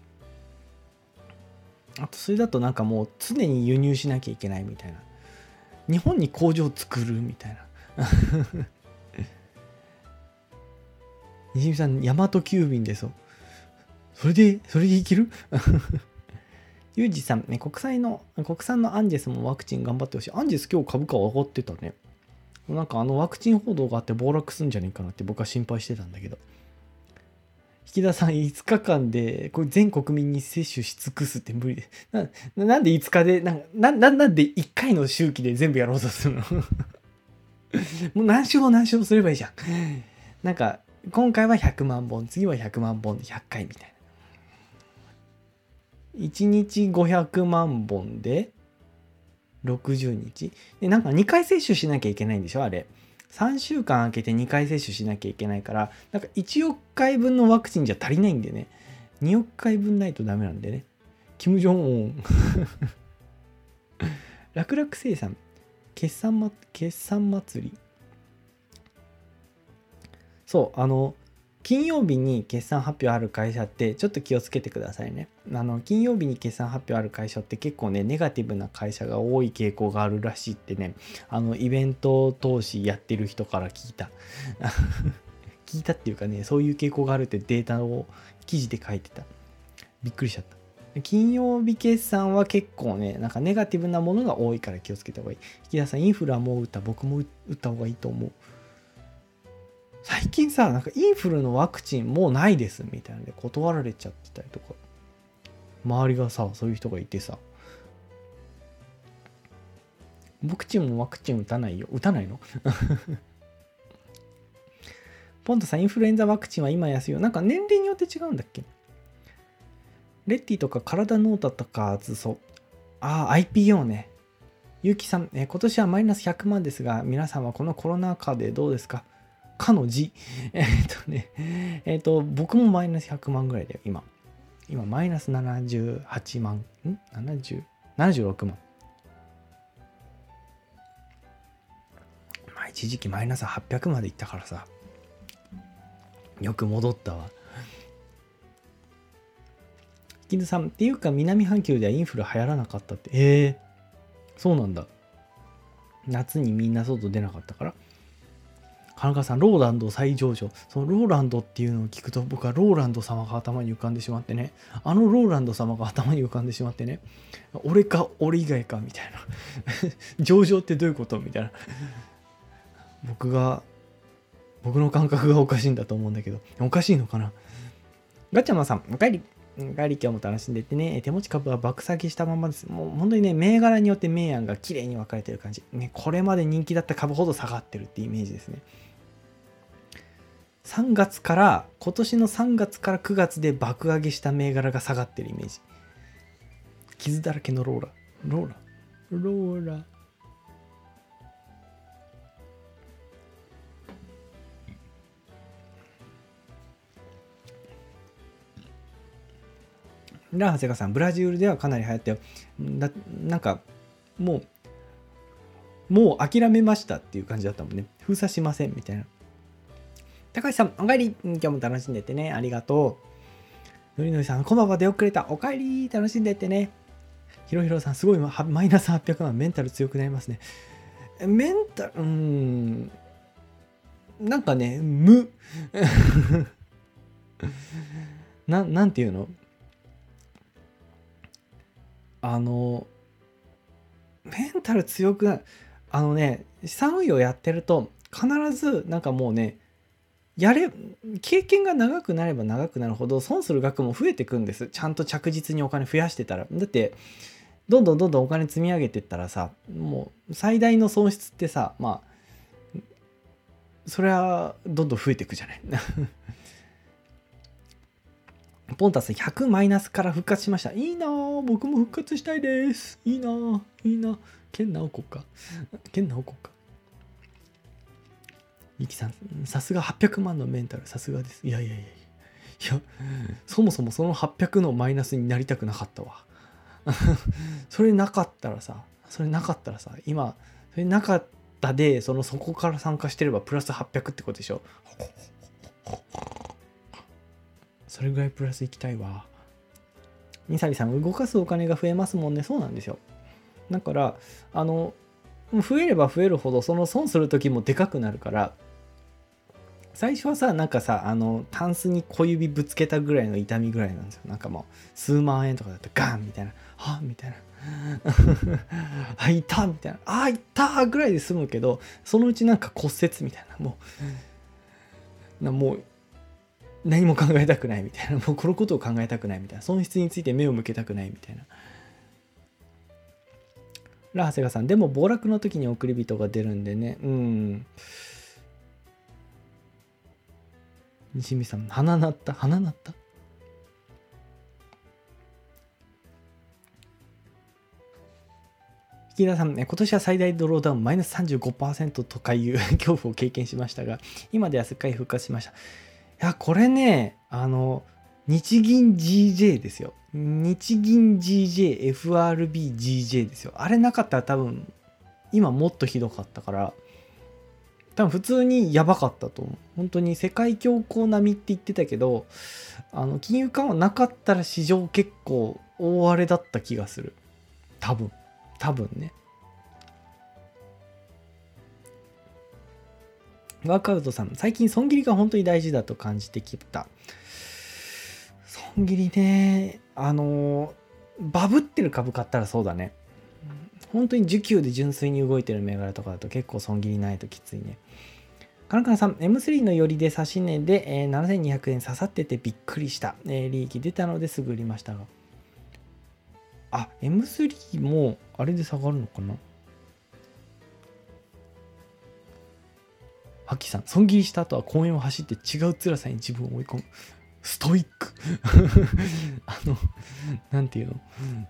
あと、それだとなんかもう常に輸入しなきゃいけないみたいな。日本に工場作るみたいな。西見さん、大和急便ですよ。それでいける？ユージさん、ね、国産のアンジェスもワクチン頑張ってほしい。アンジェス今日株価上がってたね。なんかワクチン報道があって暴落するんじゃないかなって僕は心配してたんだけど。引田さん、5日間でこれ全国民に接種し尽くすって無理で。なんで5日で、なんで1回の周期で全部やろうとするの？もう何勝すればいいじゃん。なんか、今回は100万本、次は100万本で100回みたいな。1日500万本で60日で、なんか2回接種しなきゃいけないんでしょあれ。3週間空けて2回接種しなきゃいけないから、なんか1億回分のワクチンじゃ足りないんでね。2億回分ないとダメなんでね。キム・ジョンウン。楽々生産。決算祭り。そう、金曜日に決算発表ある会社ってちょっと気をつけてくださいね。金曜日に決算発表ある会社って結構ね、ネガティブな会社が多い傾向があるらしいってね、イベント投資やってる人から聞いた。聞いたっていうかね、そういう傾向があるってデータを記事で書いてた。びっくりしちゃった。金曜日決算は結構ね、なんかネガティブなものが多いから気をつけた方がいい。引田さん、インフラも打った、僕も打った方がいいと思う。最近さ、なんかインフルのワクチンもうないですみたいなので断られちゃってたりとか、周りがさ、そういう人がいてさ、僕ちもワクチン打たないよ。打たないの？ポントさん、インフルエンザワクチンは今安いよ。なんか年齢によって違うんだっけ？レッティとか体ノータとかずそ。IPO ね。ゆうきさん、今年はマイナス100万ですが、皆さんはこのコロナ禍でどうですか？かの字。僕もマイナス100万ぐらいだよ、今マイナス78万、76万。一時期マイナス800までいったからさ、よく戻ったわ。キヌさん、っていうか南半球ではインフル流行らなかったって。そうなんだ。夏にみんな外出なかったから。金川さん、ローランド再上場。そのローランドっていうのを聞くと、僕はローランド様が頭に浮かんでしまってね。ローランド様が頭に浮かんでしまってね。俺以外かみたいな。上場ってどういうことみたいな。僕の感覚がおかしいんだと思うんだけど、おかしいのかな。ガチャマさん、おかえり。今日も楽しんでってね、手持ち株は爆下げしたままです。もう本当にね、銘柄によって明暗が綺麗に分かれてる感じ。ね、これまで人気だった株ほど下がってるってイメージですね。今年の3月から9月で爆上げした銘柄が下がってるイメージ。傷だらけのローラ。長谷川さん、ブラジルではかなり流行ったよ。なんかもうもう諦めましたっていう感じだったもんね。封鎖しませんみたいな。高橋さん、おかえり。今日も楽しんでってね。ありがとう。のりのりさん、こんばんは、出遅れた。おかえり。楽しんでってね。ひろひろさん、すごいマイナス800万。メンタル強くなりますね。メンタル、なんかね、なんていうの？メンタル強くなる。資産運用やってると、必ず、なんかもうね、経験が長くなれば長くなるほど損する額も増えてくんです。ちゃんと着実にお金増やしてたら。だってどんどんお金積み上げてったらさ、もう最大の損失ってさ、まあそれはどんどん増えていくじゃない。ポンタス100マイナスから復活しました。いいなぁ、僕も復活したいです。いいなぁ、いいなぁ。剣直子か。ゆきさん、さすが800万のメンタル、さすがです。いや、そもそもその800のマイナスになりたくなかったわ。それなかったらさ、今、それなかったで、そこから参加してればプラス800ってことでしょ。それぐらいプラスいきたいわ。みさりさん、動かすお金が増えますもんね。そうなんですよ。だから、増えれば増えるほど、その損する時もでかくなるから、最初はさ、なんかさ、タンスに小指ぶつけたぐらいの痛みぐらいなんですよ。なんかもう、数万円とかだとガンみたいな、はみたいな。あ、いたみたいな。あ、いたぐらいで済むけど、そのうちなんか骨折みたいな。もう、何も考えたくないみたいな。もうこのことを考えたくないみたいな。損失について目を向けたくないみたいな。ラハセガさん、でも暴落の時に送り人が出るんでね。西見さん、鼻鳴った。引田さん、今年は最大ドローダウンマイナス 35% とかいう恐怖を経験しましたが、今ではすっかり復活しました。いや、これね、日銀 GJ ですよ。日銀 GJ、FRB GJ ですよ。あれなかったら多分、今もっとひどかったから、多分普通にやばかったと思う。本当に世界恐慌並みって言ってたけど、金融緩和なかったら市場結構大荒れだった気がする。多分ね。ワークアウトさん、最近損切りが本当に大事だと感じてきた。損切りね、バブってる株買ったらそうだね。本当に需給で純粋に動いてる銘柄とかだと結構損切りないときついね。カナカナさん、M3 の寄りで差し値で、7200円刺さっててびっくりした。利益出たのですぐ売りましたが。あ、M3 もあれで下がるのかな。ハッキーさん、損切りした後は公園を走って違う辛さに自分を追い込む。ストイック。なんていうの、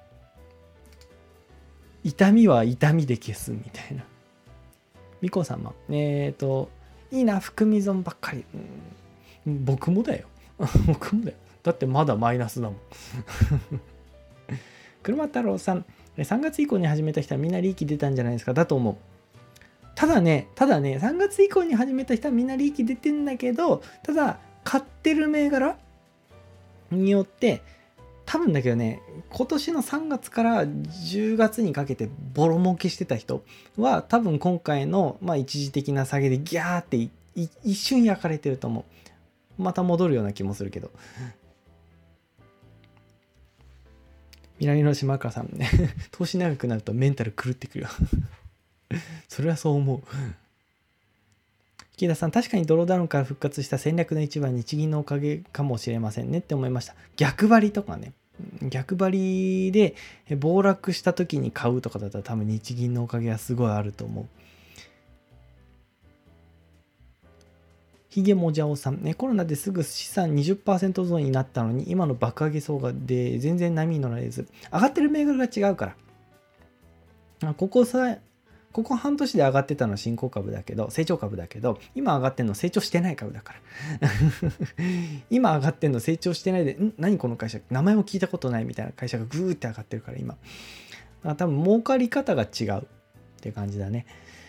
痛みは痛みで消すみたいな。ミコ様、いいな、含み損ばっかり。僕もだよ。だってまだマイナスだもん。車太郎さん、3月以降に始めた人はみんな利益出たんじゃないですか。だと思う。ただね、3月以降に始めた人はみんな利益出てんだけど、ただ、買ってる銘柄によって、多分だけどね、今年の3月から10月にかけてボロ儲けしてた人は、多分今回の、一時的な下げでギャーって一瞬焼かれてると思う。また戻るような気もするけど。南の島川さんね、投資長くなるとメンタル狂ってくるよ。それはそう思う。木田さん、確かにドローダウンから復活した戦略の一番日銀のおかげかもしれませんねって思いました。逆張りとかね。逆張りで暴落した時に買うとかだったら多分日銀のおかげはすごいあると思う。ヒゲモジャオさん、コロナですぐ資産 20% ゾーンになったのに今の爆上げ相場で全然波に乗られず、上がってる銘柄が違うから。ここ半年で上がってたのは新興株だけど、成長株だけど、今上がってんの成長してない株だから。今上がってんの成長してないで、何この会社、名前も聞いたことないみたいな会社がグーって上がってるから今。多分儲かり方が違うって感じだね。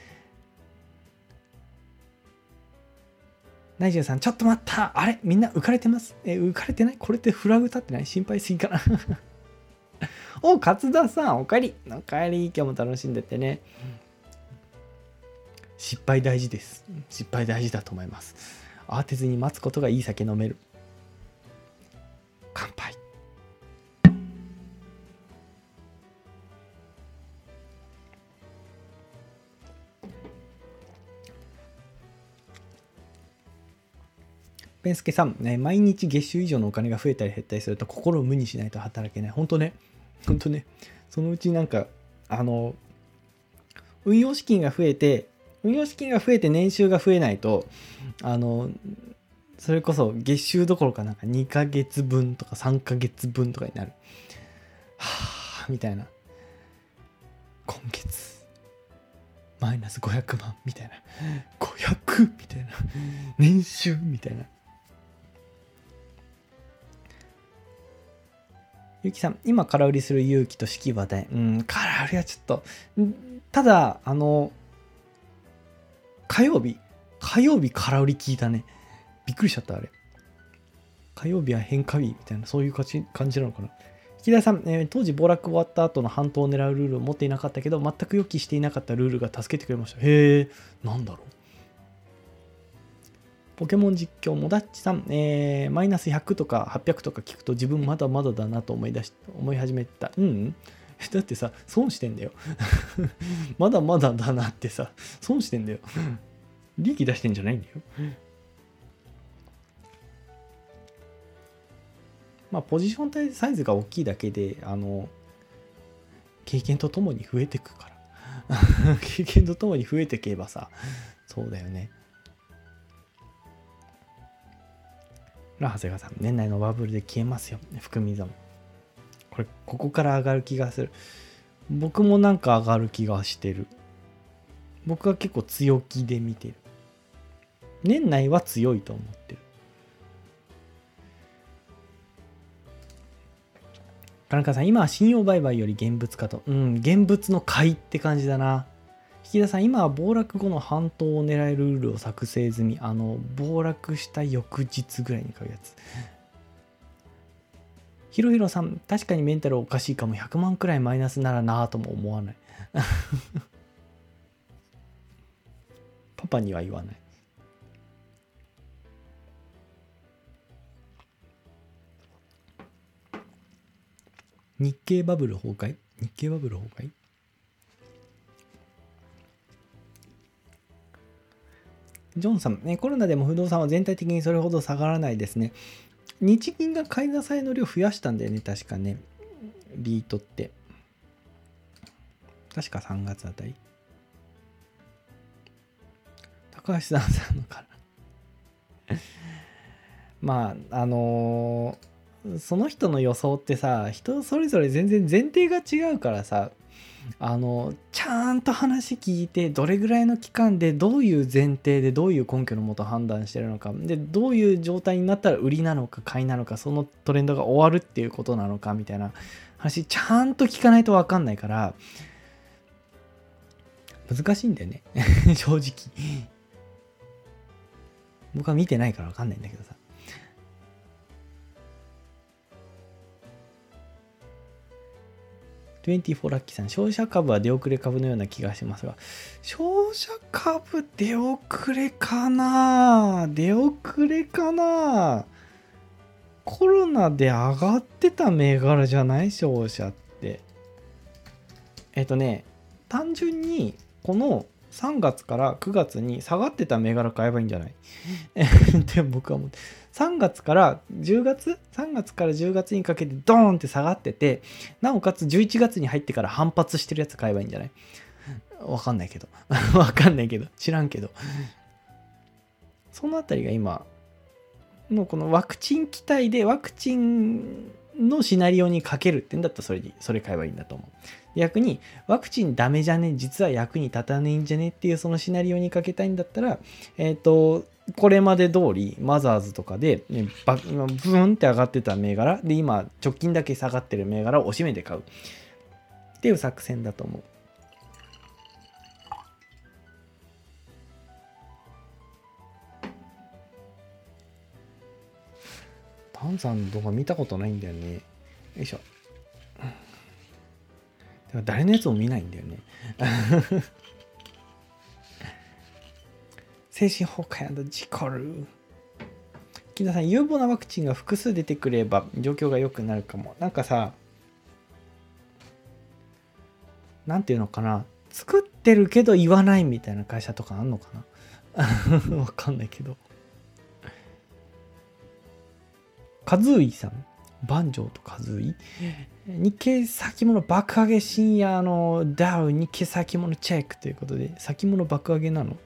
ナイジェルさん、ちょっと待った。あれみんな浮かれてます。浮かれてない？これってフラグ立ってない？心配すぎかな。お、勝田さん、おかえり。おかえり。今日も楽しんでってね。失敗大事です。失敗大事だと思います。慌てずに待つことがいい酒飲める。乾杯。ペンスケさん、ね、毎日月収以上のお金が増えたり減ったりすると心を無にしないと働けない。本当ね。本当ね。そのうちなんか、運用資金が増えて年収が増えないと、それこそ月収どころかなんか2ヶ月分とか3ヶ月分とかになる。はぁ、みたいな。今月、マイナス500万みたいな。500みたいな。年収みたいな。ゆきさん、今空売りする勇気と式話題。空売りはちょっと。ただ、火曜日空売り聞いたね。びっくりしちゃった、あれ。火曜日は変化日みたいな、そういう感じなのかな。引田さん、当時暴落終わった後の半島を狙うルールを持っていなかったけど、全く予期していなかったルールが助けてくれました。へえ、なんだろう。ポケモン実況、もだっちさん、マイナス100とか800とか聞くと自分まだまだだなと思い始めた。だってさ、損してんだよ。まだまだだなってさ、損してんだよ。利益出してんじゃないんだよ。まあ、ポジションサイズが大きいだけで、経験とともに増えてくから。経験とともに増えてけばさ、そうだよね。長谷川さん、年内のバブルで消えますよ。含み損。ここから上がる気がする。僕もなんか上がる気がしてる。僕は結構強気で見てる。年内は強いと思ってる。田中さん、今は信用売買より現物化と。現物の買いって感じだな。引田さん、今は暴落後の半島を狙えるルールを作成済み。暴落した翌日ぐらいに買うやつ。ひろひろさん、確かにメンタルおかしいかも。100万くらいマイナスならなぁとも思わない。パパには言わない。日経バブル崩壊？日経バブル崩壊？ジョンさん、コロナでも不動産は全体的にそれほど下がらないですね。日銀が買い支えの量増やしたんだよね、確かね。リートって。確か3月あたり。高橋さんのから。まあ、その人の予想ってさ、人それぞれ全然前提が違うからさ、ちゃんと話聞いて、どれぐらいの期間でどういう前提でどういう根拠のもと判断してるのか、でどういう状態になったら売りなのか買いなのか、そのトレンドが終わるっていうことなのかみたいな話ちゃんと聞かないと分かんないから難しいんだよね。正直僕は見てないから分かんないんだけどさ。24ラッキーさん、商社株は出遅れ株のような気がしますが、商社株出遅れかな？出遅れかな？コロナで上がってた銘柄じゃない？商社って。単純にこの3月から9月に下がってた銘柄買えばいいんじゃない？って僕は思って。3月から10月にかけてドーンって下がってて、なおかつ11月に入ってから反発してるやつ買えばいいんじゃない？わかんないけど。知らんけど。そのあたりが今のこのワクチン期待でワクチンのシナリオにかけるってんだったらそれ買えばいいんだと思う。逆にワクチンダメじゃね、実は役に立たねえんじゃねっていうそのシナリオにかけたいんだったら、これまで通りマザーズとかで、ブーンって上がってた銘柄で今直近だけ下がってる銘柄を押し目で買うっていう作戦だと思う。 ランさんの動画見たことないんだよね。よいしょ。誰のやつも見ないんだよね。精神崩壊&事故る。木田さん、有望なワクチンが複数出てくれば状況が良くなるかも。なんかさ、なんていうのかな、作ってるけど言わないみたいな会社とかあんのかな。わかんないけど。カズーイさん、バンジョーとカズーイ、日経先物爆上げ深夜のダウ日経先物チェックということで、先物爆上げなの？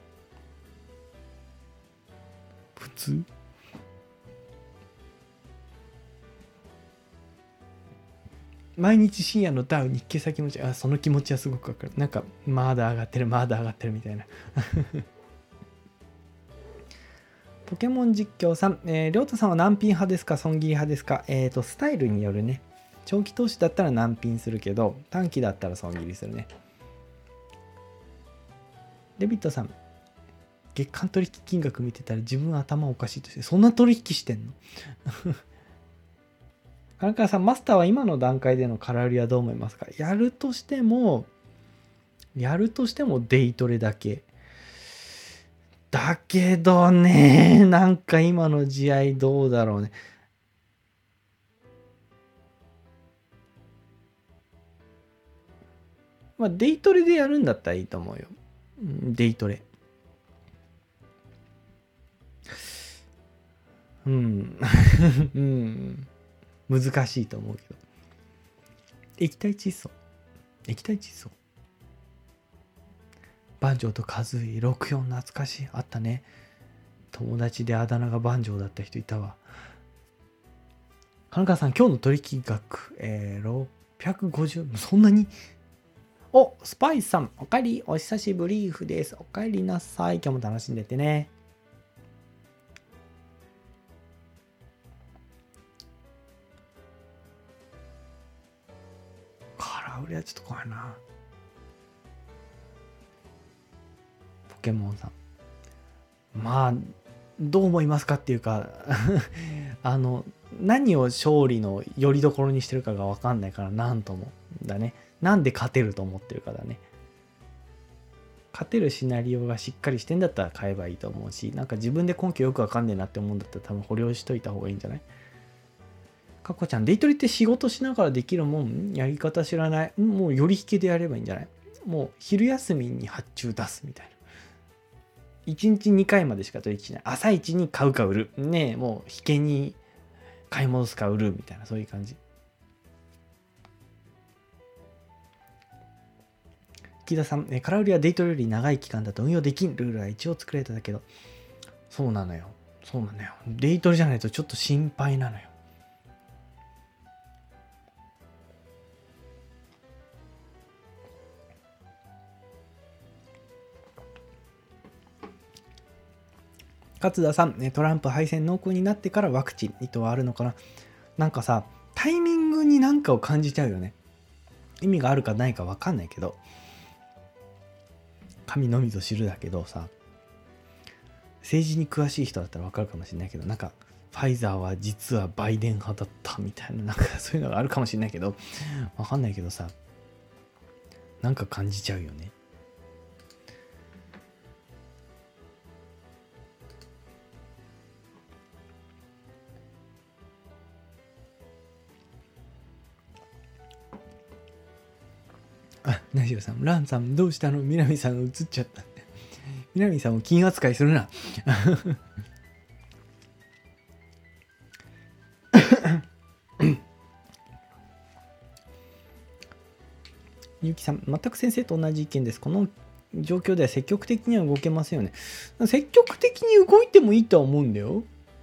普通？毎日深夜のダウ日経先物チェック、その気持ちはすごくわかる。なんかまだ上がってるまだ上がってるみたいな。ポケモン実況さん、りょうたさんは難品派ですか損切り派ですか？スタイルによるね。長期投資だったら難品するけど、短期だったら損切りするね。デビットさん、月間取引金額見てたら自分頭おかしいとして、そんな取引してんの？金川さん、マスターは今の段階での空売りはどう思いますか？やるとしてもデイトレだけ。だけどね、なんか今の試合どうだろうね。まあ、デイトレでやるんだったらいいと思うよ。デイトレ。うん。うん。難しいと思うけど。液体窒素。バンジョーとカズーイ64懐かしい。あったね。友達であだ名がバンジョーだった人いたわ。金川さん、今日の取引額、650、そんなに？お、スパイスさん、おかえり、お久しぶりーふです。おかえりなさい。今日も楽しんでってね。空売りはちょっと怖いな。ポケモンさん。まあ、どう思いますかっていうか、何を勝利の拠り所にしてるかが分かんないから、なんとも。だね。なんで勝てると思ってるかだね。勝てるシナリオがしっかりしてんだったら買えばいいと思うし、なんか自分で根拠よくわかんねえなって思うんだったら多分保留しといた方がいいんじゃない？かこちゃん、デイトレって仕事しながらできるもん？やり方知らない。もう寄り引きでやればいいんじゃない？もう昼休みに発注出すみたいな。1日2回までしか取引しない。朝一に買うか売る。ねえ、もう引けに買い戻すか売るみたいな、そういう感じ。木田さん、空売りはデイトレより長い期間だと運用できん。ルールは一応作れただけど。そうなのよ。デイトレじゃないとちょっと心配なのよ。勝田さん、トランプ敗戦濃厚になってからワクチン、意図はあるのかな？なんかさ、タイミングになんかを感じちゃうよね。意味があるかないか分かんないけど、神のみぞ知るだけどさ、政治に詳しい人だったら分かるかもしれないけど、なんかファイザーは実はバイデン派だったみたいな、なんかそういうのがあるかもしれないけど、分かんないけどさ、なんか感じちゃうよね。あ、ナシオさん、ランさんどうしたの？南さんが映っちゃった。南さんを金扱いするな。ゆきさん、全く先生と同じ意見です。この状況では積極的には動けますよね。積極的に動いてもいいとは思うんだよ。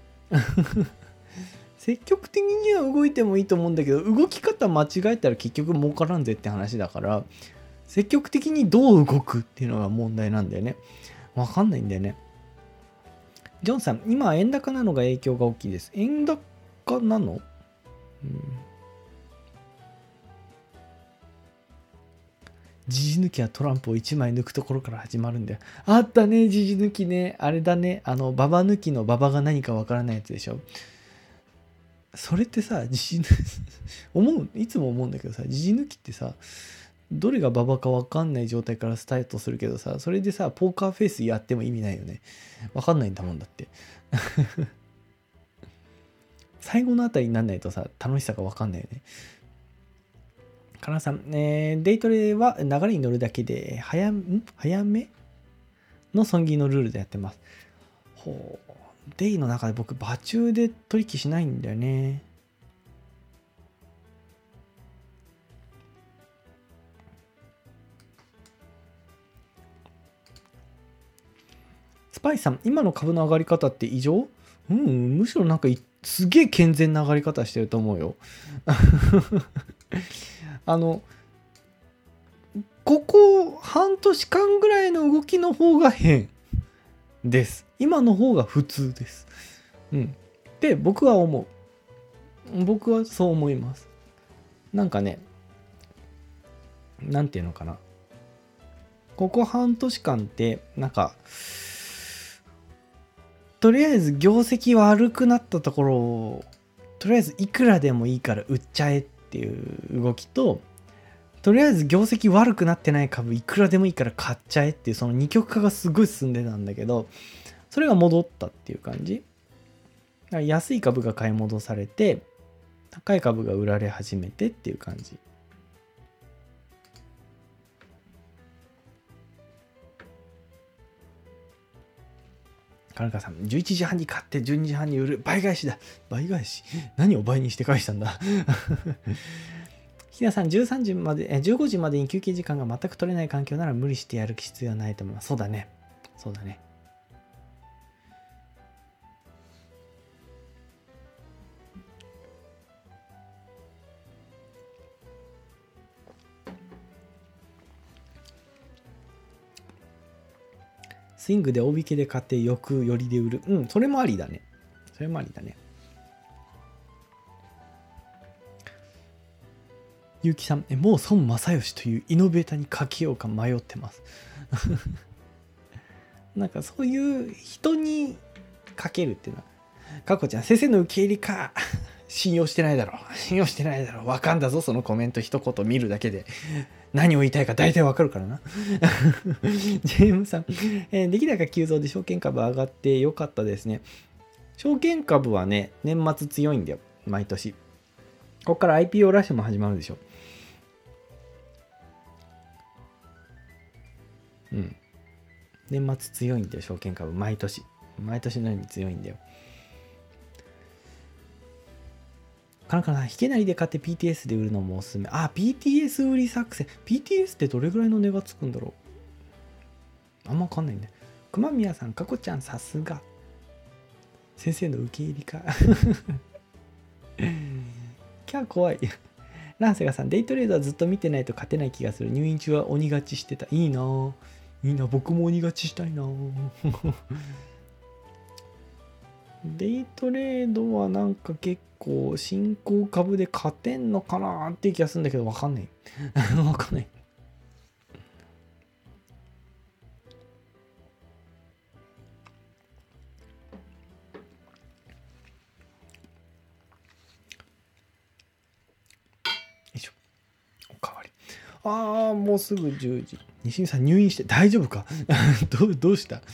積極的には動いてもいいと思うんだけど、動き方間違えたら結局儲からんぜって話だから、積極的にどう動くっていうのが問題なんだよね。わかんないんだよね。ジョンさん、今は円高なのが影響が大きいです。円高なの？時事抜きはトランプを1枚抜くところから始まるんだよ。あったね、時事抜きね。あれだね。ババ抜きのババが何かわからないやつでしょ。 それってさ、いつも思うんだけどさ、時事抜きってさ、どれがババか分かんない状態からスタートするけどさ、それでさ、ポーカーフェイスやっても意味ないよね。分かんないんだもんだって。最後のあたりになんないとさ、楽しさが分かんないよね。かなさん、デイトレは流れに乗るだけで早めの損切りのルールでやってます。ほう。デイの中で僕、場中で取引しないんだよね。スパイさん、今の株の上がり方って異常？むしろなんかすげえ健全な上がり方してると思うよ。ここ半年間ぐらいの動きの方が変です。今の方が普通です。で、僕は思う。僕はそう思います。なんかね、なんていうのかな。ここ半年間って、なんか、とりあえず業績悪くなったところを、とりあえずいくらでもいいから売っちゃえっていう動きと、とりあえず業績悪くなってない株いくらでもいいから買っちゃえっていうその二極化がすごい進んでたんだけど、それが戻ったっていう感じ。だから安い株が買い戻されて、高い株が売られ始めてっていう感じ。金川さん、11時半に買って12時半に売る。倍返しだ。倍返し何を倍にして返したんだひなさん、13時まで、15時までに休憩時間が全く取れない環境なら無理してやる必要はないと思います。そうだね。そうだね。スイングで大引けで買って翌寄りで売る。それもありだね。それもありだね。ゆうきさん、もう孫正義というイノベーターにかけようか迷ってます。なんかそういう人にかけるっていうのは、かこちゃん、先生の受け入れか。信用してないだろ。信用してないだろ。わかんだぞ、そのコメント一言見るだけで。何を言いたいか大体わかるからな。ジェームさん、出来高急増で証券株上がってよかったですね。証券株はね、年末強いんだよ。毎年。ここから IPO ラッシュも始まるでしょ。年末強いんだよ、証券株。毎年。毎年のように強いんだよ。カナカナさん、引けなりで買って PTS で売るのもおすすめ。PTS 売り作戦。PTS ってどれぐらいの値がつくんだろう。あんまわかんないんだよ。熊宮さん、かこちゃん、さすが。先生の受け入れか。キャ怖い。ランセガさん、デイトレードはずっと見てないと勝てない気がする。入院中は鬼勝ちしてた。いいなぁ。いいな、僕も鬼勝ちしたいなデイトレードはなんか結構新興株で勝てんのかなっていう気がするんだけど、わかんない。わかんない。よいしょ。おかわり。もうすぐ10時。西見さん入院して大丈夫かどうした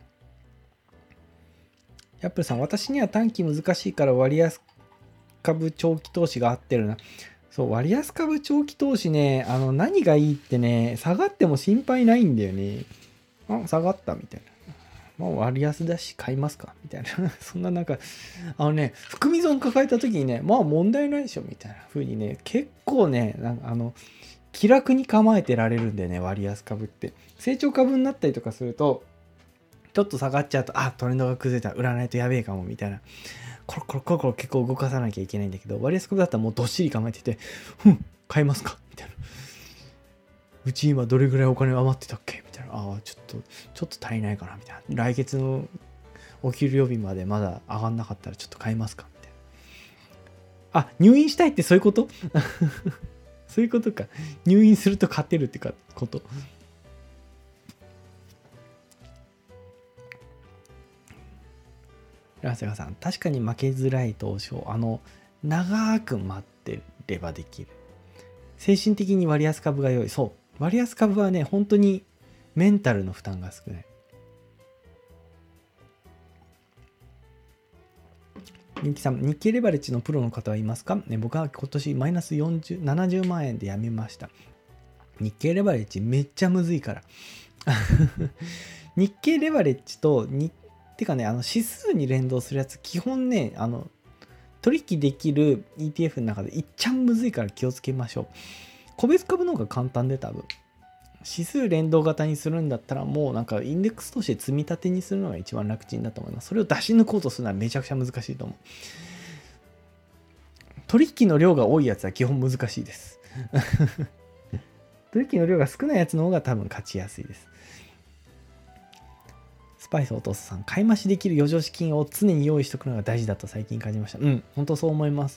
ヤップルさん、私には短期難しいから割安株長期投資が合ってるな。そう、割安株長期投資ね、何がいいってね、下がっても心配ないんだよね。下がったみたいな。もう割安だし買いますかみたいな。そんななんか、含み損抱えた時にね、問題ないでしょみたいな風にね、結構ね、気楽に構えてられるんでね、割安株って。成長株になったりとかすると、ちょっと下がっちゃうと、トレンドが崩れた、売らないとやべえかもみたいな。コロコロ結構動かさなきゃいけないんだけど、割安株だったらもうどっしり構えてて、買いますかみたいな。うち今どれぐらいお金余ってたっけみたいな。ちょっと足りないかなみたいな。来月のお給料日までまだ上がんなかったらちょっと買いますかみたいな。入院したいってそういうことそういうことか。入院すると勝てるってこと。ラセガさん、確かに負けづらい投資を、 長く待ってればできる。精神的に割安株が良い。そう。割安株はね、本当にメンタルの負担が少ない。みゆきさん、日経レバレッジのプロの方はいますか？ね、僕は今年マイナス70万円でやめました。日経レバレッジめっちゃむずいから。日経レバレッジとてかね、指数に連動するやつ、基本ね、取引できる ETF の中でいっちゃんむずいから気をつけましょう。個別株の方が簡単で多分。指数連動型にするんだったらもうなんかインデックスとして積み立てにするのが一番楽ちんだと思います。それを出し抜こうとするのはめちゃくちゃ難しいと思う。取引の量が多いやつは基本難しいです。取引の量が少ないやつの方が多分勝ちやすいです。スパイスお父さん、買い増しできる余剰資金を常に用意しておくのが大事だと最近感じました。うん、本当そう思います。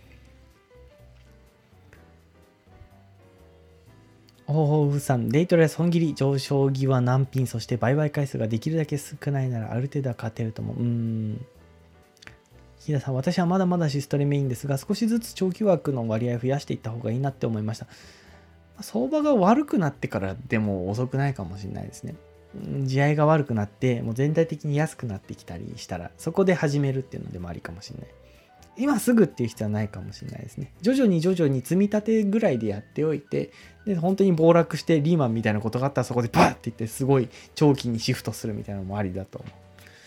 おうさん、デイトレ損切り、上昇際難品、そして売買回数ができるだけ少ないならある程度は勝てると思う。日田さん、私はまだまだシストレメインですが、少しずつ長期枠の割合を増やしていった方がいいなって思いました。相場が悪くなってからでも遅くないかもしれないですね。地合いが悪くなって、もう全体的に安くなってきたりしたら、そこで始めるっていうのでもありかもしれない。今すぐっていう必要はないかもしれないですね。徐々に積み立てぐらいでやっておいて、で本当に暴落してリーマンみたいなことがあったらそこでパッっていってすごい長期にシフトするみたいなのもありだと思う。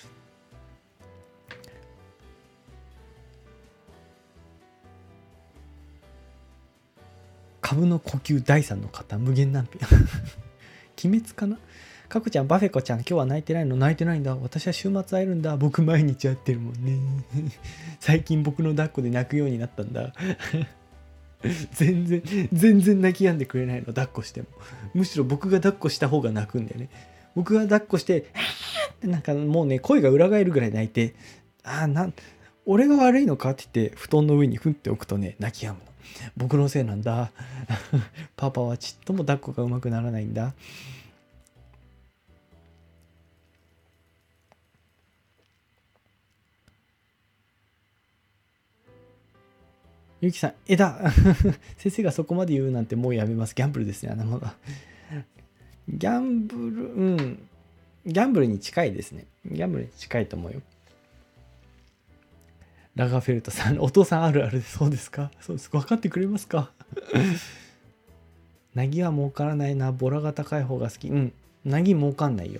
株の呼吸第3の方、無限難品。鬼滅かな。かこちゃん、バフェコちゃん、今日は泣いてないの？泣いてないんだ。私は週末会えるんだ。僕毎日会ってるもんね。最近僕の抱っこで泣くようになったんだ。全然泣き止んでくれないの、抱っこしても。むしろ僕が抱っこした方が泣くんだよね。僕が抱っこして、ってなんかもうね、声が裏返るぐらい泣いて、俺が悪いのかって言って、布団の上にふんって置くとね、泣き止むの。僕のせいなんだ。パパはちっとも抱っこがうまくならないんだ。ゆきさん、先生がそこまで言うなんてもうやめます。ギャンブルですね、ギャンブル、ギャンブルに近いですね。ギャンブルに近いと思うよ。ラガーフェルトさん、お父さんあるあるで、そうですか？そうです。分かってくれますか？なぎは儲からないな。ボラが高い方が好き。なぎ儲かんないよ。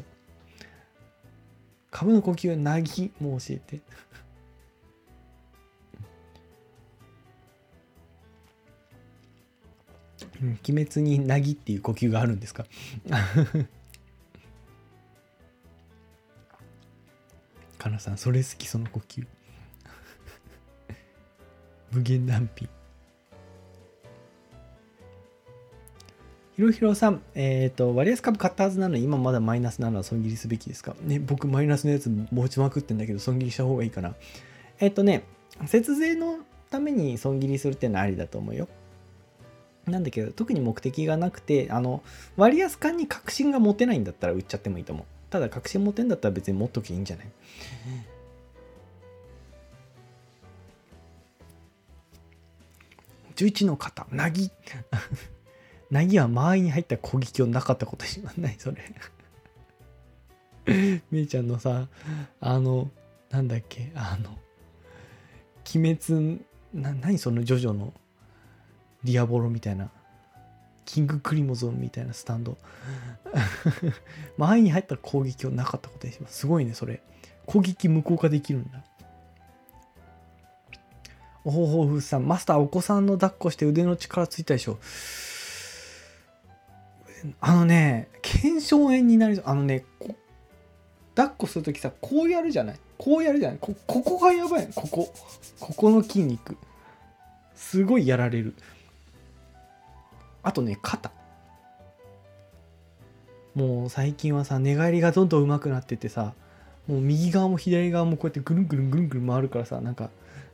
株の呼吸、なぎも教えて。鬼滅になぎっていう呼吸があるんですか？かなさん、それ好き、その呼吸。無限難品。ひろひろさん、割安株買ったはずなのに今まだマイナスなのは損切りすべきですかね。僕マイナスのやつ持ちまくってんだけど損切りした方がいいかな。節税のために損切りするってのはありだと思うよ。なんだけど特に目的がなくて、割安感に確信が持てないんだったら売っちゃってもいいと思う。ただ確信持てんだったら別に持っときゃいいんじゃない？11の方、なぎ。なぎは間合いに入った攻撃をなかったことしまないそれ。めいちゃんのさ、なんだっけ、鬼滅、何そのジョジョのディアボロみたいな、キングクリモゾンみたいなスタンド。間合いに入った攻撃をなかったことにします。すごいね、それ。攻撃無効化できるんだ。おほほふさん、マスターお子さんの抱っこして腕の力ついたでしょ。腱鞘炎になりそう。抱っこするときさ、こうやるじゃない。ここがやばい。ここの筋肉。すごいやられる。あとね、肩。もう最近はさ、寝返りがどんどん上手くなっててさ、もう右側も左側もこうやってぐるんぐるん回るからさ、なんか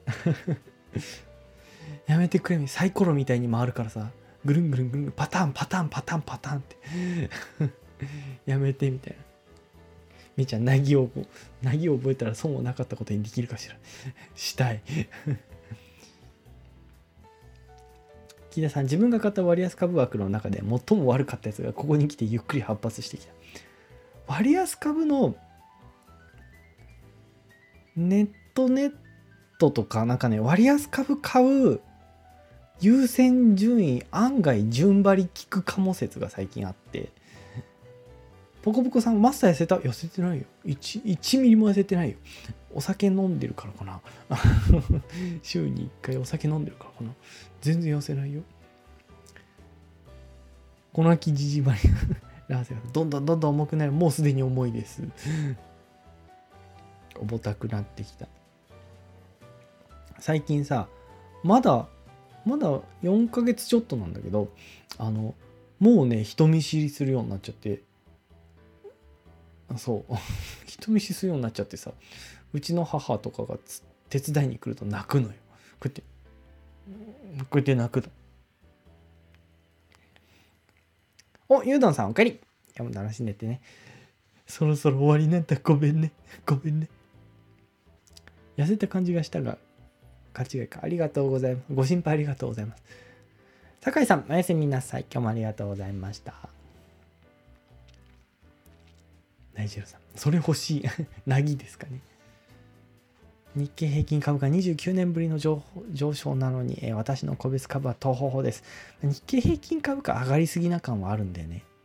やめてくれ、サイコロみたいに回るからさ、ぐるんぐるんパターンってやめてみたいな。みーちゃん、なぎを覚えたら損はなかったことにできるかしら。したい。 木田さん、自分が買った割安株枠の中で最も悪かったやつがここに来てゆっくり発発してきた。割安株のネットとかなんかね、割安株買う優先順位案外順張り効くかも説が最近あって、ポコポコさん、マスター痩せた？痩せてないよ。1ミリも痩せてないよ。お酒飲んでるからかな。週に1回お酒飲んでるからかな。全然痩せないよ。この秋じじばり。どんどん重くなる。もうすでに重いです。重たくなってきた。最近さ、まだ4ヶ月ちょっとなんだけど、もうね、人見知りするようになっちゃって、そう人見知りするようになっちゃってさ、うちの母とかが手伝いに来ると泣くのよ。こうやって泣くの。お、ゆうどんさんおかえり。いや、もう楽しんでってね。そろそろ終わりなんだ。ごめんね。痩せた感じがしたが勘違いか。ありがとうございます。ご心配ありがとうございます。酒井さん、おやすみなさい。今日もありがとうございました。ナイジェルさん、それ欲しい。なぎですかね。日経平均株価29年ぶりの上昇なのに、私の個別株は東方法です。日経平均株価上がりすぎな感はあるんだよね。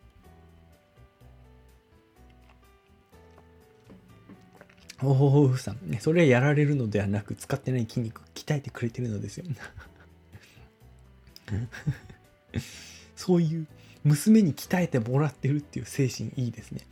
おほほふさん、ね、それはやられるのではなく、使ってない筋肉鍛えてくれてるのですよ。そういう娘に鍛えてもらってるっていう精神いいですね。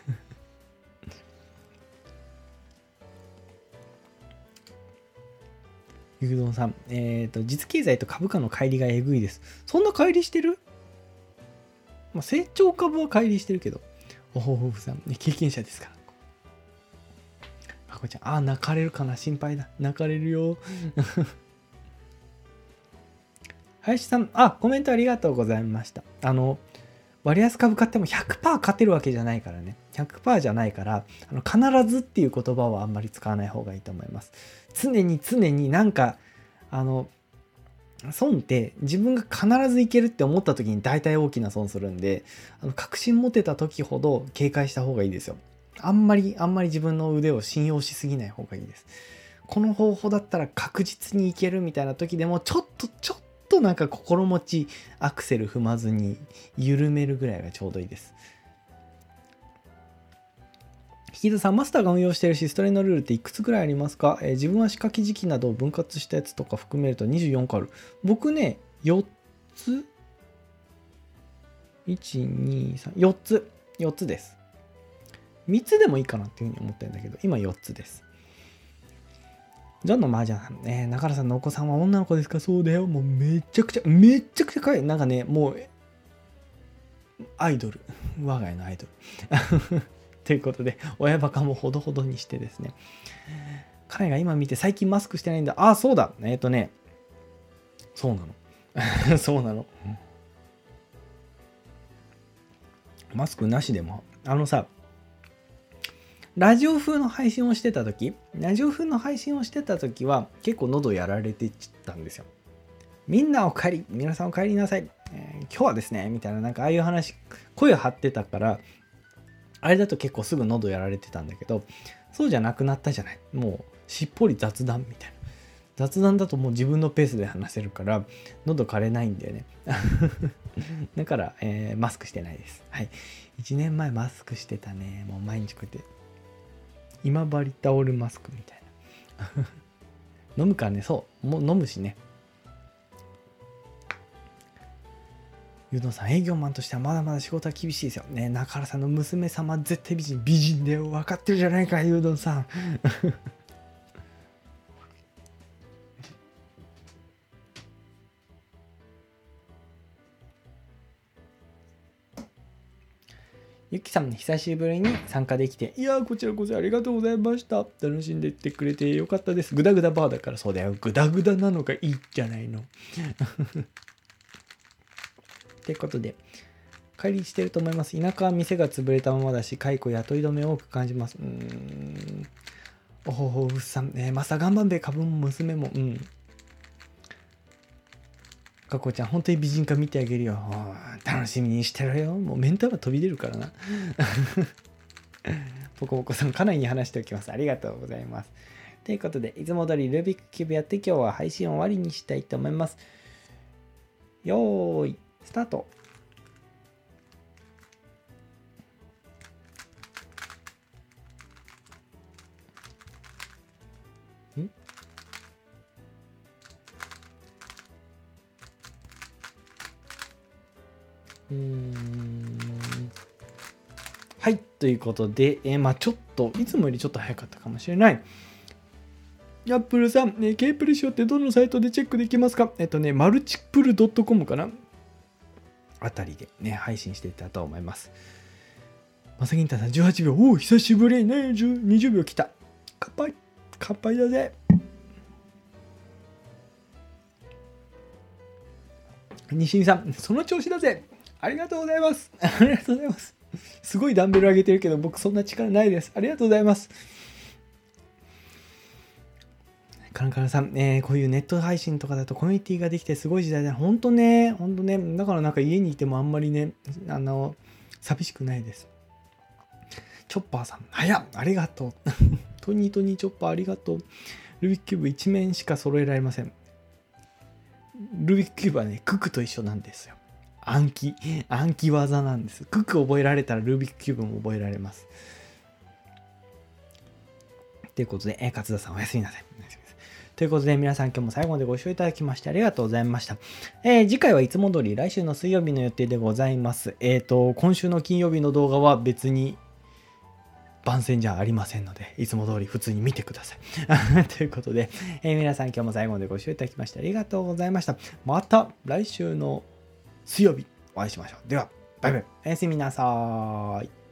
ゆうどんさん、実経済と株価の乖離がえぐいです。そんな乖離してる？まあ、成長株は乖離してるけど、おほほふさん、ね、経験者ですから。あこちゃん、泣かれるかな、心配だ。泣かれるよ。林さん、コメントありがとうございました。割安株買っても 100% 勝てるわけじゃないからね。100% じゃないから、必ずっていう言葉はあんまり使わない方がいいと思います。常になんか、損って自分が必ずいけるって思った時に大体大きな損するんで、確信持てた時ほど警戒した方がいいですよ。あんまり自分の腕を信用しすぎない方がいいです。この方法だったら確実にいけるみたいな時でもちょっとなんか心持ちアクセル踏まずに緩めるぐらいがちょうどいいです。引田さん、マスターが運用しているシストレのルールっていくつぐらいありますか？自分は仕掛け時期などを分割したやつとか含めると24個ある。僕ね、4つ ?1、2、3、4つです。3つでもいいかなっていうふうに思ってるんだけど、今4つです。ジョンの麻雀さん、中原さんのお子さんは女の子ですか？そうだよ。もうめちゃくちゃ可愛い。なんかね、もう、アイドル。我が家のアイドル。ということで、親バカもほどほどにしてですね。彼が今見て最近マスクしてないんだ。そうだ。そうなの。そうなの。マスクなしでも、ラジオ風の配信をしてた時は結構喉やられてたんですよ。みんなお帰り、皆さんお帰りなさい。今日はですね、みたいな、なんかああいう話、声を張ってたから、あれだと結構すぐ喉やられてたんだけど、そうじゃなくなったじゃない。もうしっぽり雑談みたいな。雑談だともう自分のペースで話せるから喉枯れないんだよね。だから、マスクしてないです。はい。1年前マスクしてたね。もう毎日こうやって今治タオルマスクみたいな。飲むからね、そうもう飲むしね。ゆうどんさん、営業マンとしてはまだまだ仕事は厳しいですよね。中原さんの娘様絶対美人だよ。分かってるじゃないか、ゆうどんさん。ゆきさん、久しぶりに参加できて、いやー、こちらこそありがとうございました。楽しんでいってくれてよかったです。グダグダバーだから。そうだよ。グダグダなのがいいじゃないの。ということで、帰りしてると思います。田舎は店が潰れたままだし、解雇雇い止め多く感じます。おほほうさん、マサガンバンベ株も娘も、 かこちゃん本当に美人化見てあげるよ。楽しみにしてるよ。もうメンタル飛び出るからな。ポコポコさんかなりに話しておきます。ありがとうございます。ということでいつも通りルービックキューブやって今日は配信終わりにしたいと思います。よーいスタート。はい、ということで、ちょっといつもよりちょっと早かったかもしれない。ヤップルさん、ケープルショーってどのサイトでチェックできますか？マルチプル .com かなあたりでね、配信していたと思います。まさぎんたさん、18秒。おお、久しぶりね。20秒来た。乾杯。乾杯だぜ。西見さん、その調子だぜ。ありがとうございます。ありがとうございます。すごいダンベル上げてるけど、僕そんな力ないです。ありがとうございます。カランカランさん、こういうネット配信とかだとコミュニティができてすごい時代だ。ほんとね。だからなんか家にいてもあんまりね、寂しくないです。チョッパーさん、ありがとう。トニーチョッパーありがとう。ルービックキューブ1面しか揃えられません。ルービックキューブはね、ククと一緒なんですよ。暗記技なんです。クク覚えられたらルービックキューブも覚えられます。ということで、勝田さんおやすみなさい。ということで、皆さん今日も最後までご視聴いただきましてありがとうございました。次回はいつも通り来週の水曜日の予定でございます。今週の金曜日の動画は別に番宣じゃありませんので、いつも通り普通に見てください。ということで、皆さん今日も最後までご視聴いただきましてありがとうございました。また来週の水曜日お会いしましょう。では、バイバイ。おやすみなさーい。